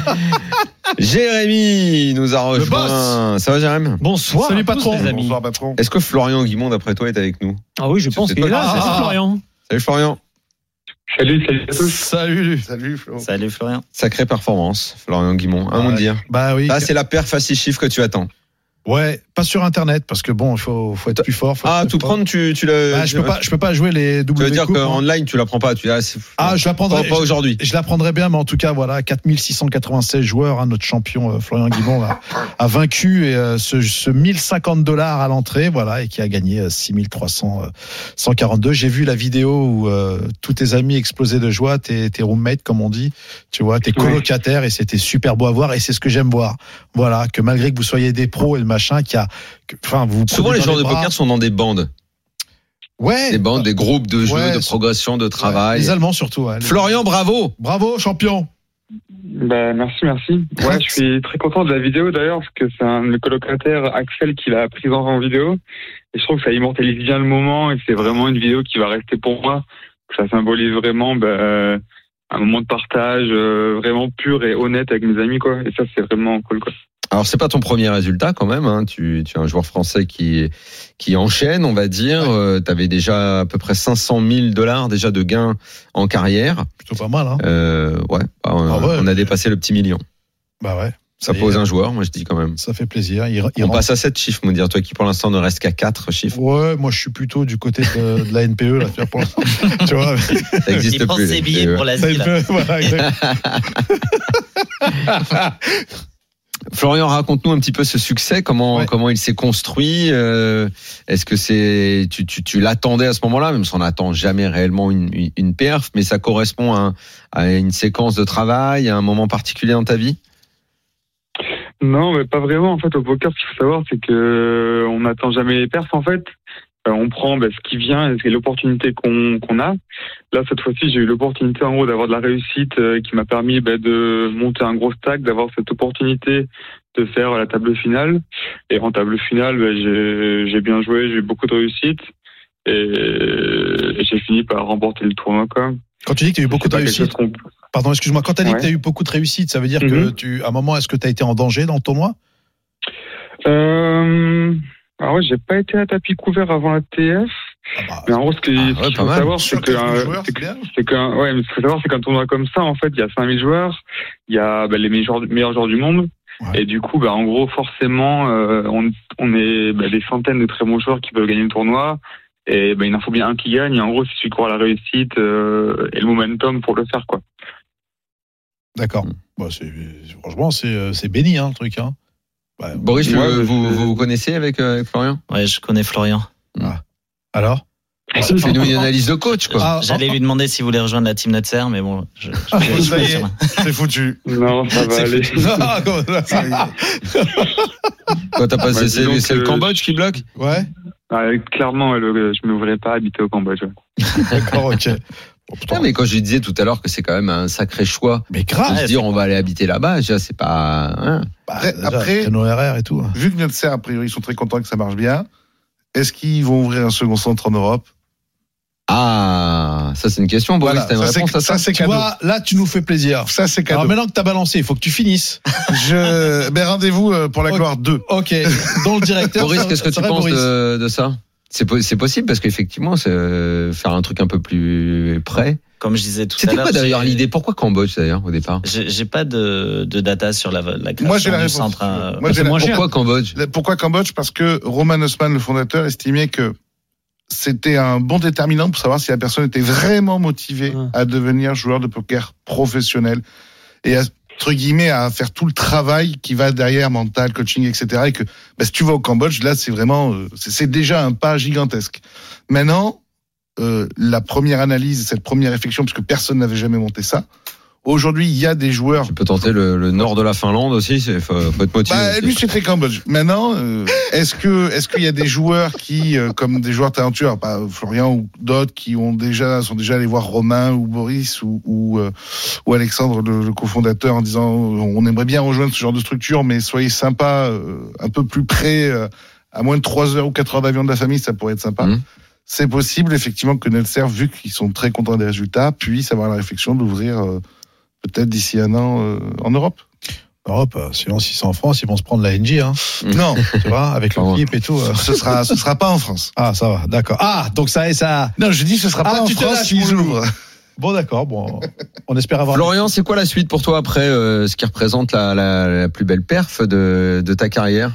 Jérémy nous a rejoint. Ça va, Jérémy? Bonsoir. Salut patron. Bonsoir patron. Est-ce que Florian Guimond, d'après toi, est avec nous? Ah oui, je pense qu'il est là. C'est Florian. Salut Florian. Salut à tous. Salut Florian. Salut Florian. Sacrée performance, Florian Guimond. Dire. Bah oui. Là, c'est la perf à 6 chiffres que tu attends. Ouais, pas sur Internet parce que bon, il faut être plus fort. Tout prendre, tu l'as. Je peux pas jouer les doubles. Tu veux dire qu'en ligne, tu la prends pas. Je la prendrai pas aujourd'hui. Je la prendrai bien, mais en tout cas, voilà, 4696 joueurs. Notre champion Florian Guimond a vaincu ce $1050 à l'entrée, voilà, et qui a gagné 6342. J'ai vu la vidéo où tous tes amis explosaient de joie, tes roommates, comme on dit, tu vois, tes colocataires, et c'était super beau à voir. Et c'est ce que j'aime voir. Voilà, que malgré que vous soyez des pros et machin, souvent les joueurs de poker sont dans des bandes. Ouais. Des bandes, des groupes de jeux, de progression, de travail. Les Allemands surtout. Florian, bravo. Bravo, champion. Merci. Ouais, je suis très content de la vidéo d'ailleurs, parce que c'est le colocataire Axel qui l'a prise en vidéo. Et je trouve que ça immortalise bien le moment et c'est vraiment une vidéo qui va rester pour moi. Ça symbolise vraiment un moment de partage vraiment pur et honnête avec mes amis, quoi. Et ça, c'est vraiment cool, quoi. Alors c'est pas ton premier résultat quand même, hein. Tu es un joueur français qui enchaîne, on va dire. Tu avais déjà à peu près $500 000 déjà de gains en carrière. Plutôt pas mal, hein. On a dépassé le petit million. Bah ouais. Ça pose un joueur, moi je dis quand même. Ça fait plaisir. On passe à 7 chiffres, me dire. Toi qui pour l'instant ne reste qu'à 4 chiffres. Ouais, moi je suis plutôt du côté de la NPE là. Pour l'instant. Tu vois. Ça existe il prend plus. ses billets pour l'Asie. Voilà, Florian, raconte-nous un petit peu ce succès, comment il s'est construit. Est-ce que tu l'attendais à ce moment-là, même si on n'attend jamais réellement une perf, mais ça correspond à une séquence de travail, à un moment particulier dans ta vie? Non, mais pas vraiment. En fait, au poker, ce qu'il faut savoir, c'est que on n'attend jamais les perfs. En fait, on prend ce qui vient et l'opportunité qu'on a. Là, cette fois-ci, j'ai eu l'opportunité en gros d'avoir de la réussite qui m'a permis de monter un gros stack, d'avoir cette opportunité de faire la table finale. Et en table finale, j'ai bien joué, j'ai eu beaucoup de réussite et j'ai fini par remporter le tournoi, quoi. Quand tu dis que tu as eu beaucoup de réussite, pardon, excuse-moi, quand tu as dit que tu as eu beaucoup de réussite, ça veut dire que à un moment, est-ce que tu as été en danger dans le tournoi? Alors ouais, j'ai pas été à tapis couvert avant la TF. Mais en gros, ce qu'il faut savoir, c'est qu'un tournoi comme ça, en fait, il y a 5000 joueurs, il y a les meilleurs joueurs du monde. Ouais. Et du coup, en gros, forcément, on est des centaines de très bons joueurs qui peuvent gagner le tournoi. Et il en faut bien un qui gagne. Et en gros, si tu crois à la réussite et le momentum pour le faire, quoi. D'accord. Franchement, c'est béni, le truc. Boris, vous connaissez avec Florian? Ouais, je connais Florian. Alors? Fais-nous une analyse de coach, quoi. J'allais lui demander s'il voulait rejoindre la team Netzer, mais bon, ça y est, c'est foutu. Non, ça va aller. Quoi, t'as passé, c'est le Cambodge qui bloque? Ouais. Clairement, je ne me voudrais pas habiter au Cambodge. D'accord, ok. Putain, mais quand je disais tout à l'heure que c'est quand même un sacré choix, mais grave, de se dire on va aller habiter là-bas, déjà c'est pas. Après, nos RR et tout. Vu que Netzer, a priori, ils sont très contents que ça marche bien, est-ce qu'ils vont ouvrir un second centre en Europe? Ah, ça c'est une question, Boris, t'as une réponse à ça? C'est cadeau. Là, tu nous fais plaisir. Ça, c'est cadeau. Alors maintenant que t'as balancé, il faut que tu finisses. Rendez-vous pour la gloire 2. Ok. Dont le directeur. Boris, qu'est-ce que tu penses de ça? C'est possible parce qu'effectivement, faire un truc un peu plus près. Comme je disais tout à l'heure. C'était quoi d'ailleurs l'idée? Pourquoi Cambodge d'ailleurs au départ? J'ai pas de data sur la création. Moi j'ai la réponse. Centre. Pourquoi Cambodge? Pourquoi Cambodge? Parce que Roman Osman, le fondateur, estimait que c'était un bon déterminant pour savoir si la personne était vraiment motivée à devenir joueur de poker professionnel et entre guillemets à faire tout le travail qui va derrière, mental, coaching, etc. Et que si tu vas au Cambodge, là c'est vraiment c'est déjà un pas gigantesque. Maintenant, la première analyse, cette première réflexion, parce que personne n'avait jamais monté ça. Aujourd'hui, il y a des joueurs. Tu peux tenter le nord de la Finlande aussi, faut être motivé. Lui, c'était Cambodge. Maintenant, est-ce qu'il y a des joueurs qui, comme des joueurs talentueux, Florian ou d'autres, qui sont déjà allés voir Romain ou Boris ou Alexandre, le cofondateur, en disant on aimerait bien rejoindre ce genre de structure, mais soyez sympa, un peu plus près, à moins de 3 heures ou 4 heures d'avion de la famille, ça pourrait être sympa. C'est possible, effectivement, que Netzer, vu qu'ils sont très contents des résultats, puisse avoir la réflexion d'ouvrir peut-être d'ici un an en Europe. Europe, sinon si c'est en France, ils vont se prendre la NJ. Non, tu vois, avec l'équipe et tout. Ce sera pas en France. Ah, ça va, d'accord. Ah, donc ça. Non, je dis ce sera pas en France s'ils ouvrent. Bon, d'accord. Bon, on espère avoir. Florian, c'est quoi la suite pour toi après ce qui représente la plus belle perf de ta carrière?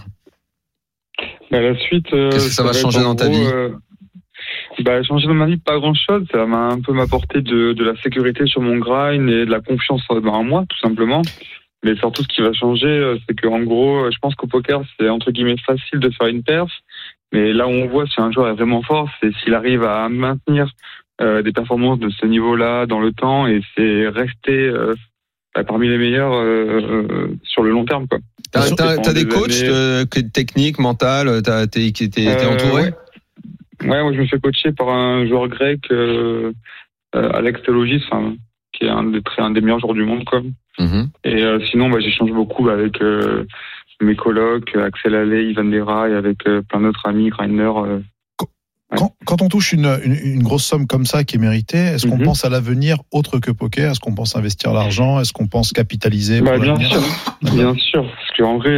La suite. Qu'est-ce que ça va changer dans ta vie? Changer dans ma vie, pas grand-chose. Ça m'a un peu m'apporté de la sécurité sur mon grind et de la confiance en moi, tout simplement. Mais surtout, ce qui va changer, c'est qu'en gros, je pense qu'au poker, c'est entre guillemets facile de faire une perf. Mais là où on voit si un joueur est vraiment fort, c'est s'il arrive à maintenir des performances de ce niveau-là dans le temps et c'est rester parmi les meilleurs sur le long terme, quoi. T'as des coachs techniques, mentales, t'es entouré? Ouais, moi je me fais coacher par un joueur grec, Alex Telogis, qui est un des meilleurs joueurs du monde, quoi. Et sinon, j'échange beaucoup avec mes colocs, Axel Allais, Ivan Lera et avec plein d'autres amis, Grinder. Quand on touche une grosse somme comme ça qui est méritée, est-ce qu'on pense à l'avenir autre que poker? Est-ce qu'on pense investir l'argent? Est-ce qu'on pense capitaliser Bien sûr, parce qu'en vrai,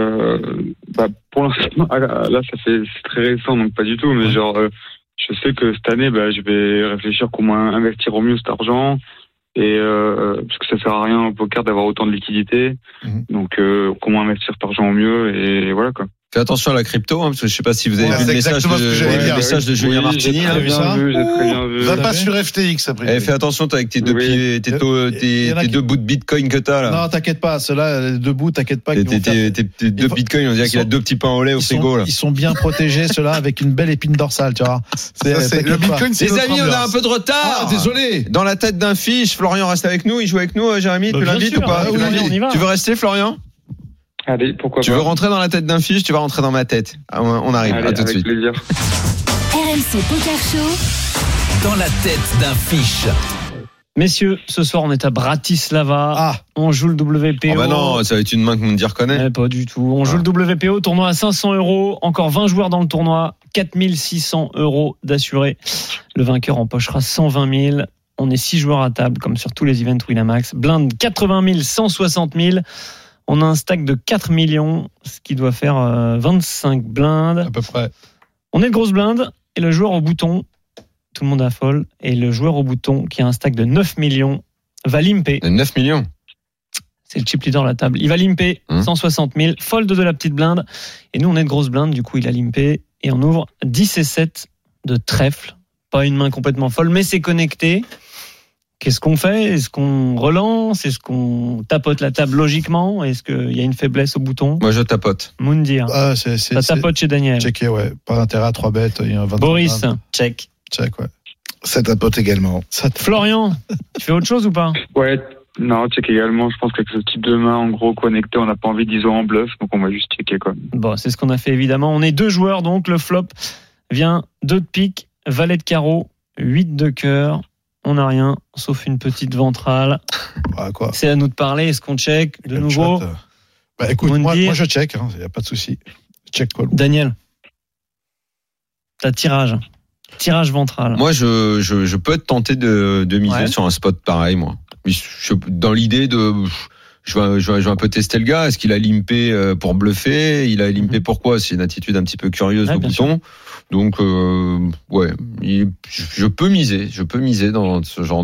pour l'instant, là c'est très récent, donc pas du tout, mais je sais que cette année, je vais réfléchir comment investir au mieux cet argent, et parce que ça sert à rien au poker d'avoir autant de liquidités, donc comment investir cet argent au mieux, et voilà quoi. Fais attention à la crypto, parce que je sais pas si vous avez vu le message de Julien Martini. J'ai très bien vu. Va pas sur FTX après. Fais attention avec tes deux pieds, tes deux bouts de bitcoin que t'as là. Non, t'inquiète pas, ceux-là, les deux bouts, t'inquiète pas. Tes deux bitcoins, on dirait qu'il a deux petits pains au lait au frigo là. Ils sont bien protégés, ceux-là, avec une belle épine dorsale, tu vois. Le bitcoin, c'est les amis, on a un peu de retard. Désolé. Dans la tête d'un fiche, Florian reste avec nous, il joue avec nous, Jérémy, tu l'invites ou pas? Tu veux rester, Florian? Allez, pourquoi pas. Tu veux rentrer dans la tête d'un fiche, tu vas rentrer dans ma tête. On arrive, à tout de suite. Plaisir. RMC Poker Show. Dans la tête d'un fiche. Messieurs, ce soir on est à Bratislava. On joue le WPO. Oh bah non, ça va être une main que Moundir reconnaît. Pas du tout. On joue le WPO, tournoi à 500 €. Encore 20 joueurs dans le tournoi. 4600 € d'assurés. Le vainqueur empochera 120 000. On est 6 joueurs à table, comme sur tous les events Winamax. Blinde 80 000, 160 000. On a un stack de 4 millions, ce qui doit faire 25 blindes. À peu près. On est de grosses blindes. Et le joueur au bouton, tout le monde affole. Et le joueur au bouton, qui a un stack de 9 millions, va limper. 9 millions. C'est le chip leader de la table. Il va limper 160 000. Fold de la petite blinde. Et nous, on est de grosses blindes. Du coup, il a limpé. Et on ouvre 10 et 7 de trèfle. Pas une main complètement folle, mais c'est connecté. Qu'est-ce qu'on fait? Est-ce qu'on relance? Est-ce qu'on tapote la table logiquement? Est-ce qu'il y a une faiblesse au bouton? Moi, je tapote. Moundir. Ça tapote chez Daniel. Checké, ouais. Pas d'intérêt à 3 bêtes. Il y a 20 Boris. Check. Check, ouais. Ça tapote également. Florian, tu fais autre chose ou pas? Ouais. Non, check également. Je pense qu'avec ce type de main, en gros, connecté, on n'a pas envie d'ISO en bluff. Donc, on va juste checker, quoi. Bon, c'est ce qu'on a fait, évidemment. On est 2 joueurs, donc le flop vient 2 de pique, valet de carreau, 8 de cœur. On n'a rien, sauf une petite ventrale. Quoi. C'est à nous de parler. Est-ce qu'on check de nouveau? Écoute, moi je check, il n'y a pas de souci. Check call. Daniel, t'as tirage ventral. Moi, je peux être tenté de miser sur un spot pareil, moi. Dans l'idée de... Je vais un peu tester le gars. Est-ce qu'il a limpé pour bluffer? Il a limpé pourquoi? C'est une attitude un petit peu curieuse au bouton. Donc, je peux miser dans ce genre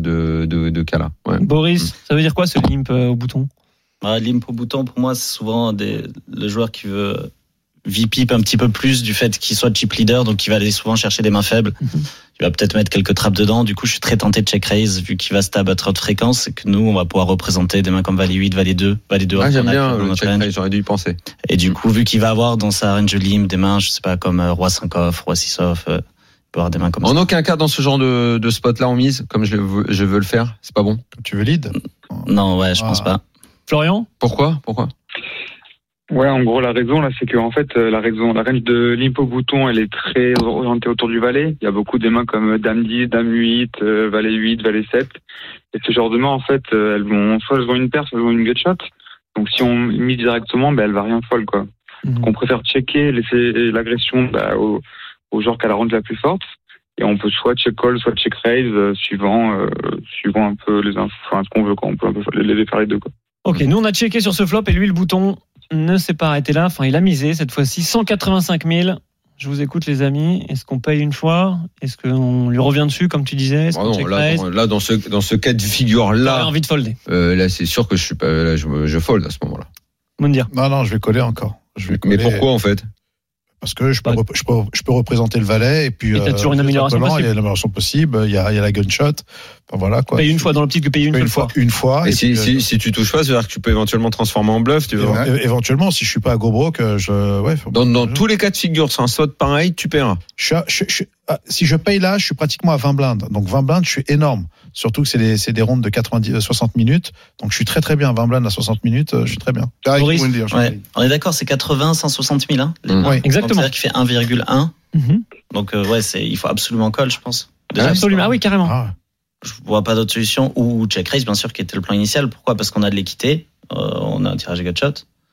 de cas-là. Ouais. Boris, ça veut dire quoi ce limp au bouton? Limp au bouton, pour moi, c'est souvent le joueur qui veut V-pip un petit peu plus du fait qu'il soit chip leader, donc il va aller souvent chercher des mains faibles. Il va peut-être mettre quelques trappes dedans. Du coup, je suis très tenté de check raise vu qu'il va stab à trop de fréquence et que nous, on va pouvoir représenter des mains comme Valet 8, Valet 2, Valet 2. J'aime bien le check raise, j'aurais dû y penser. Et du coup, vu qu'il va avoir dans sa range limp des mains, je sais pas, comme Roi 5 off, Roi 6 off, il peut avoir des mains comme ça. En aucun cas, dans ce genre de spot-là, on mise, comme je veux le faire. C'est pas bon. Tu veux lead? Non, je pense pas. Florian? Pourquoi? Ouais, en gros, la raison, là, c'est que, en fait, la range de limp au bouton, elle est très orientée autour du valet. Il y a beaucoup des mains comme Dame 10, Dame 8, Valet 8, Valet 7. Et ce genre de mains, en fait, soit elles vont une paire, soit elles vont une gutshot. Donc, si on mise directement, elle va rien folle, quoi. Donc, on préfère checker, laisser l'agression, au genre qui a la range la plus forte. Et on peut soit check call, soit check raise, suivant un peu les infos, ce qu'on veut, quoi. On peut un peu les faire les deux, quoi. Ok, nous, on a checké sur ce flop et lui, le bouton ne s'est pas arrêté là. Enfin, il a misé cette fois-ci 185 000. Je vous écoute, les amis. Est-ce qu'on paye une fois? Est-ce qu'on lui revient dessus, comme tu disais? Là, dans ce cas de figure-là, j'ai envie de folder. Là, c'est sûr que je suis pas. Là, je fold à ce moment-là. Moundir. Non, je vais coller encore. Mais pourquoi en fait? Parce que je peux représenter le valet et puis. Et t'as toujours une amélioration possible. Il y a une amélioration possible. Il y a la gunshot. Enfin, voilà quoi. Paye une fois dans l'optique que payer une fois. Une fois. Et si tu touches pas, ça veut dire que tu peux éventuellement transformer en bluff. Tu veux éventuellement, si je suis pas à go broke, Dans tous les cas de figure, c'est un spot pareil, tu paieras. Si je paye là, je suis pratiquement à 20 blindes. Donc 20 blindes, je suis énorme. Surtout que c'est des rondes de 60 minutes. Donc je suis très très bien. 20 blindes à 60 minutes, je suis très bien. Boris, on est d'accord, c'est 150 000, hein, Oui, exactement. C'est-à-dire qu'il fait 1,1. Donc il faut absolument call, je pense. Déjà, absolument. Ah oui, carrément. Je vois pas d'autre solution. Ou check raise, bien sûr, qui était le plan initial. Pourquoi? Parce qu'on a de l'équité. On a un tirage à gutshot.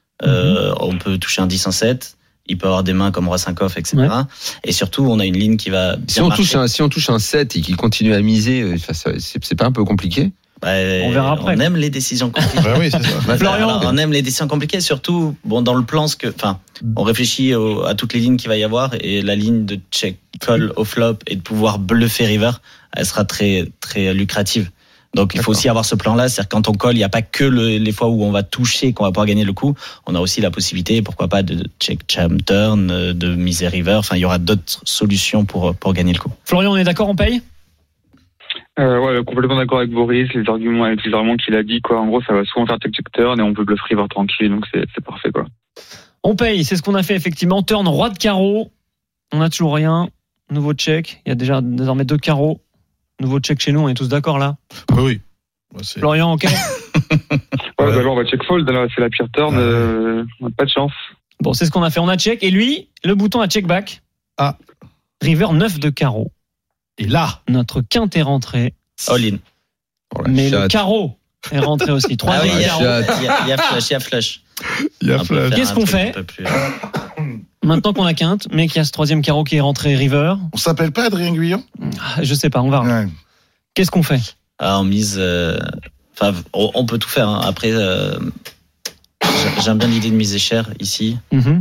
On peut toucher un 10, un 7. Il peut avoir des mains comme Roi 5 off, etc. Ouais. Et surtout, on a une ligne qui va bien marcher. Si on touche un 7 et qu'il continue à miser, c'est pas un peu compliqué? On verra après. On aime les décisions compliquées. Oui, c'est ça. Florian, on aime les décisions compliquées, surtout dans le plan, on réfléchit à toutes les lignes qu'il va y avoir et la ligne de check call au flop et de pouvoir bluffer river, elle sera très très lucrative. Donc il faut aussi avoir ce plan-là, c'est-à-dire quand on colle, il n'y a pas que les fois où on va toucher qu'on va pouvoir gagner le coup. On a aussi la possibilité, pourquoi pas, de check jam turn, de miser river. Enfin, il y aura d'autres solutions pour gagner le coup. Florian, on est d'accord, on paye? Ouais, complètement d'accord avec Boris, les arguments qu'il a dit, quoi. En gros, ça va souvent faire check turn et on peut bluff river tranquille, donc c'est parfait, quoi. On paye, c'est ce qu'on a fait effectivement. Turn roi de carreau, on n'a toujours rien. Nouveau check, il y a déjà désormais 2 carreaux. Nouveau check chez nous, on est tous d'accord là? Oui. Florian, ok? Ouais, on va check fold, là, c'est la pire turn, on n'a pas de chance. Bon, c'est ce qu'on a fait, on a check. Et lui, le bouton à check back. Ah. River 9 de carreau. Et là, notre quinte est rentré. All in. Mais le carreau est rentré aussi. 3 carreau. Il y a flush. Qu'est-ce qu'on fait maintenant qu'on a quinte, mais qu'il y a ce 3e carreau qui est rentré river? On s'appelle pas Adrien Guyon? Je sais pas, on va. Ouais. Qu'est-ce qu'on fait? On mise. On peut tout faire. Hein. Après, j'aime bien l'idée de miser cher ici.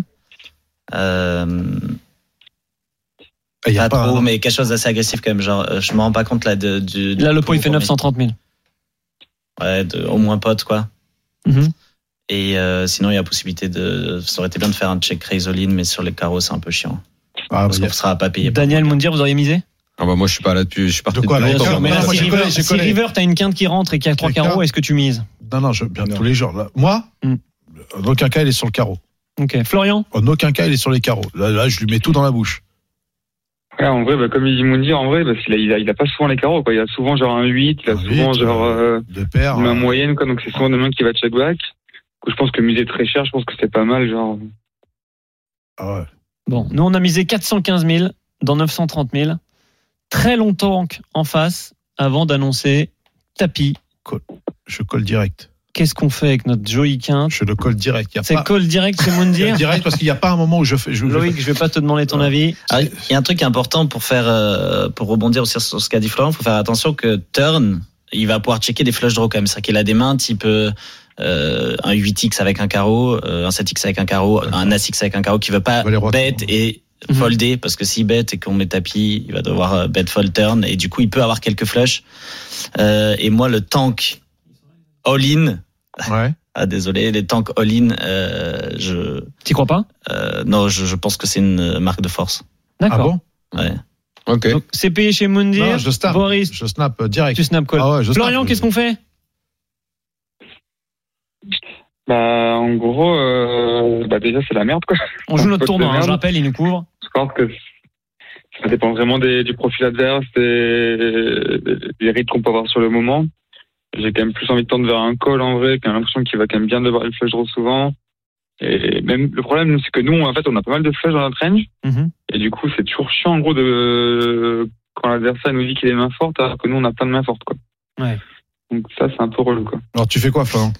Pas trop, mais quelque chose d'assez agressif quand même. Genre, je me rends pas compte là là, le pot il fait 930 000. Ouais, au moins pote quoi. Et sinon, il y a la possibilité ça aurait été bien de faire un check raise all in, mais sur les carreaux, c'est un peu chiant. Parce qu'on ne sera pas payé. Daniel Moundir, vous auriez misé? Moi, je suis pas là depuis. Je suis parti de quoi, longtemps. Mais là, si River, t'as une quinte qui rentre et qu'il y a 3 carreaux, est-ce que tu mises? Non, bien tous les jours. Là. Moi, en aucun cas, il est sur le carreau. Ok. Florian? En aucun cas, il est sur les carreaux. Là, je lui mets tout dans la bouche. Ouais, en vrai, comme il dit Moundir, en vrai, parce qu'il a pas souvent les carreaux, quoi. Il a souvent genre un 8, il a souvent genre de paire, une moyenne, quoi. Donc c'est souvent des mains qui va check back. Je pense que miser très cher, je pense que c'est pas mal, genre. Ah ouais. Bon, nous on a misé 415 000 dans 930 000. Très longtemps en face avant d'annoncer tapis. Je colle direct. Qu'est-ce qu'on fait avec notre Joey quinte? Je le colle direct. C'est call direct, c'est Moundir? Direct parce qu'il n'y a pas un moment où je fais. Loïc, je vais pas te demander ton avis. Il y a un truc important pour rebondir aussi sur ce qu'a dit Florian. Il faut faire attention que turn, il va pouvoir checker des flush draws quand même. C'est-à-dire qu'il a des mains type un 8x avec un carreau, un 7x avec un carreau, un as-x avec un carreau qui veut pas bet et folder, parce que s'il bet et qu'on met tapis, il va devoir bet fold turn et du coup il peut avoir quelques flushs. Et moi le tank all-in. Ouais. Ah désolé, les tanks all-in, T'y crois pas? Non, je pense que c'est une marque de force. D'accord. Ah bon? Ouais. Ok. Donc, c'est payé chez Moundir. Je snap. Boris. Je snap direct. Tu snap call. Ah ouais, Florian, qu'est-ce qu'on fait? En gros, déjà c'est la merde, quoi. On joue notre tournoi, je rappelle, il nous couvre. Je pense que ça dépend vraiment du profil adverse, des rythmes qu'on peut avoir sur le moment. J'ai quand même plus envie de tendre vers un call en vrai, qui a l'impression qu'il va quand même bien devoir le flush draw souvent. Et même le problème, c'est que nous, en fait, on a pas mal de flush dans notre range. Et du coup, c'est toujours chiant, en gros, quand l'adversaire nous dit qu'il est main forte, alors que nous, on a plein de mains fortes, quoi. Ouais. Donc ça, c'est un peu relou, quoi. Alors, tu fais quoi, Florian?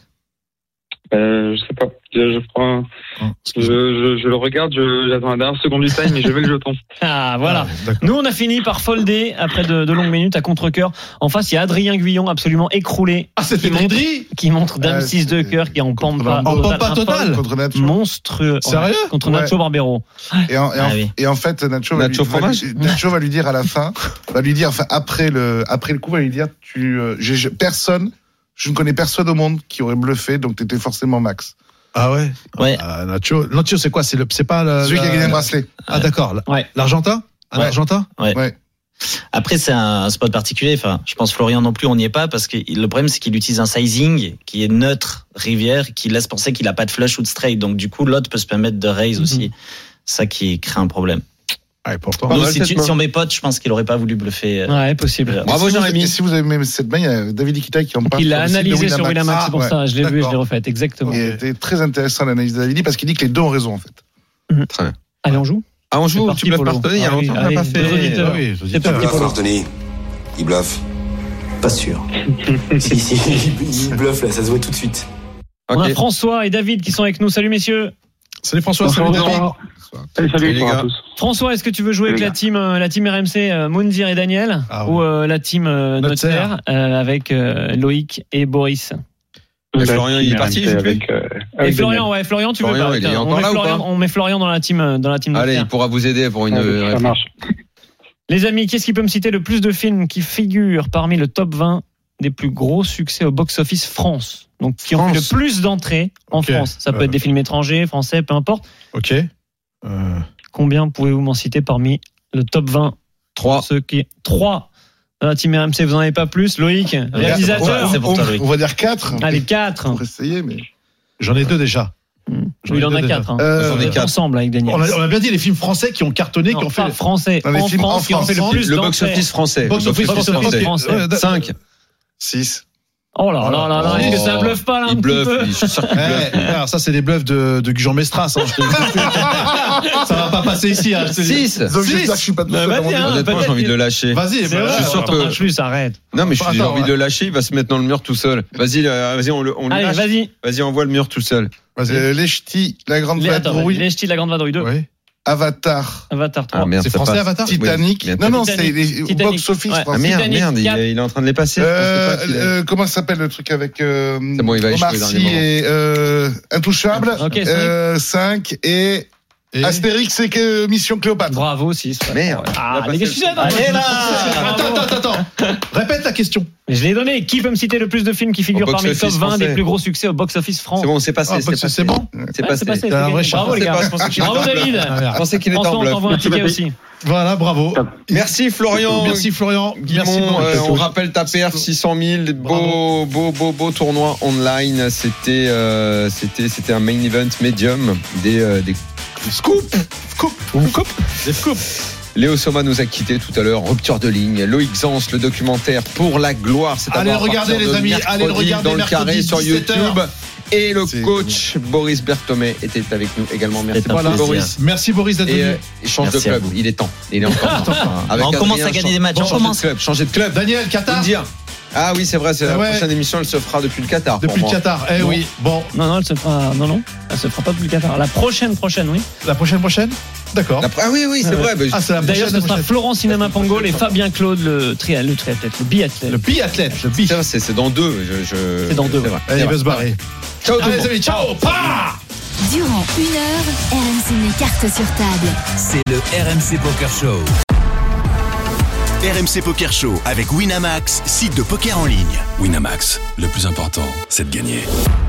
Je sais pas. Je prends. Je le regarde, j'attends la dernière seconde du time et je vais le jeton. Ah, voilà. Nous, on a fini par folder après de longues minutes à contre-cœur. En face, il y a Adrien Guyon absolument écroulé. Ah, c'était Dridri qui montre Dame 6 de cœur, qui est en pampa. En pampa total. Contre Nacho. Monstrueux. Sérieux? Contre Nacho Barbero. Et en fait, Nacho va lui dire à la fin, après le coup, va lui dire, je ne connais personne au monde qui aurait bluffé, donc t'étais forcément max. Ah ouais? Ouais. Nacho, c'est quoi? C'est pas celui qui a gagné un bracelet. Ah d'accord. Ouais. L'Argentin? Argentin? Ouais. Après, c'est un spot particulier. Enfin, je pense Florian non plus, on n'y est pas parce que le problème, c'est qu'il utilise un sizing qui est neutre rivière, qui laisse penser qu'il a pas de flush ou de straight. Donc, du coup, l'autre peut se permettre de raise aussi. Ça qui crée un problème. Ouais, pourtant. Donc, si on met pote, je pense qu'il aurait pas voulu bluffer. Ouais, possible. Bravo, Jérémy. Si vous avez même cette main, il y a David Ikita qui en parle. Il l'a analysé sur Winamax, c'est pour ça. Je l'ai vu et je l'ai refait. Exactement. C'était très intéressant l'analyse de David parce qu'il dit que les deux ont raison, en fait. Très bien. Allez, on joue? Ah, on joue, tu bluffes Parthenay, il y a longtemps qu'on n'a pas fait. C'est parti pour Parthenay, il bluffe. Pas sûr. si, il bluffe là, ça se voit tout de suite. On a François et David qui sont avec nous. Salut messieurs. Salut François, salut David. Salut les gars. François, est-ce que tu veux jouer avec la team RMC Moundir et Daniel ou la team Notser avec Loïc et Boris? Et Florian, il est parti, et Florian, tu veux pas? On met Florian dans la team Notser. Allez, il pourra vous aider pour une. Ça marche. Les amis, qu'est-ce qui peut me citer le plus de films qui figurent parmi le top 20 des plus gros succès au box-office France. Donc, qui ont fait le plus d'entrées en France. Ça peut être des films étrangers, français, peu importe. Ok. Combien pouvez-vous m'en citer parmi le top 20? 3. 3. Dans la team RMC, vous n'en avez pas plus. Loïc, réalisateur. C'est pour toi, Loïc. On va dire 4. Allez, 4. On va essayer, mais. J'en ai 2 déjà. Il en a 4. Ensemble avec Daniel. On a bien dit les films français qui ont cartonné, qui ont fait. Français. En France, qui ont fait le plus le box-office français. Box-office français. 5. 6. Oh là là là là, est-ce que ça bluffe pas là un bluffe, petit peu? je suis sûr qu'il bluffe. Alors ça c'est des bluffs de Jean Mestras. Ça va pas passer ici. 6. Donc j'espère que je suis pas tout seul. Honnêtement, j'ai envie de le lâcher. Vas-y, je suis sûr que. Plus, arrête. Non mais j'ai envie de le lâcher. Il va se mettre dans le mur tout seul. Vas-y, on lui lâche. Vas-y, envoie le mur tout seul. Les Ch'tis, la grande vadrouille. Les Ch'tis, la grande vadrouille 2. Avatar. Avatar 3. Ah, merde, c'est français Avatar. Titanic. Non, c'est les box-office français. Ah merde, il est en train de les passer. Comment ça s'appelle le truc avec bon, il va Omar Sy et Intouchable. 5 et Astérix et Mission Cléopâtre. Bravo, 6. Merde. Ah, les gars, je suis là. Attends. Répète la question. Mais je l'ai donné. Qui peut me citer le plus de films qui figurent parmi le top 20 des plus gros succès au box-office France? C'est bon, c'est passé. C'est bon. C'est passé. Bravo, les gars. Bravo, David. Je pensais qu'il était en bluff. On t'envoie un ticket aussi. Voilà, bravo. Merci Florian. Guimond, on rappelle ta perf 600 000. Beau tournoi online. C'était un main event médium des scoops. Des scoops. Léo Soma nous a quittés tout à l'heure. Rupture de ligne. Loïc Zans, le documentaire Pour la gloire. C'est allez le regarder les amis. Allez le regarder dans le carré sur YouTube. Et le coach Boris Berthomé était avec nous également. Merci beaucoup, Boris. Merci Boris d'être venu. Il change de club. Il est temps. Il est encore temps. On commence à gagner des matchs. On commence. Changer de club. Daniel, Qatar. Ah oui, c'est vrai, la prochaine émission, elle se fera depuis le Qatar. Depuis le Qatar, oui. Bon. Non, elle se fera. Non, elle se fera pas depuis le Qatar. La prochaine, oui. La prochaine. D'accord. Ah oui, c'est vrai. D'ailleurs, ce sera Florent Cinéma Pangol et Fabien Claude, le triathlète, le biathlète. C'est dans 2. C'est dans 2. Allez, il va se barrer. Ciao, les amis, ciao. Durant 1 heure, RMC met carte sur table. C'est le RMC Poker Show. RMC Poker Show avec Winamax, site de poker en ligne. Winamax, le plus important, c'est de gagner.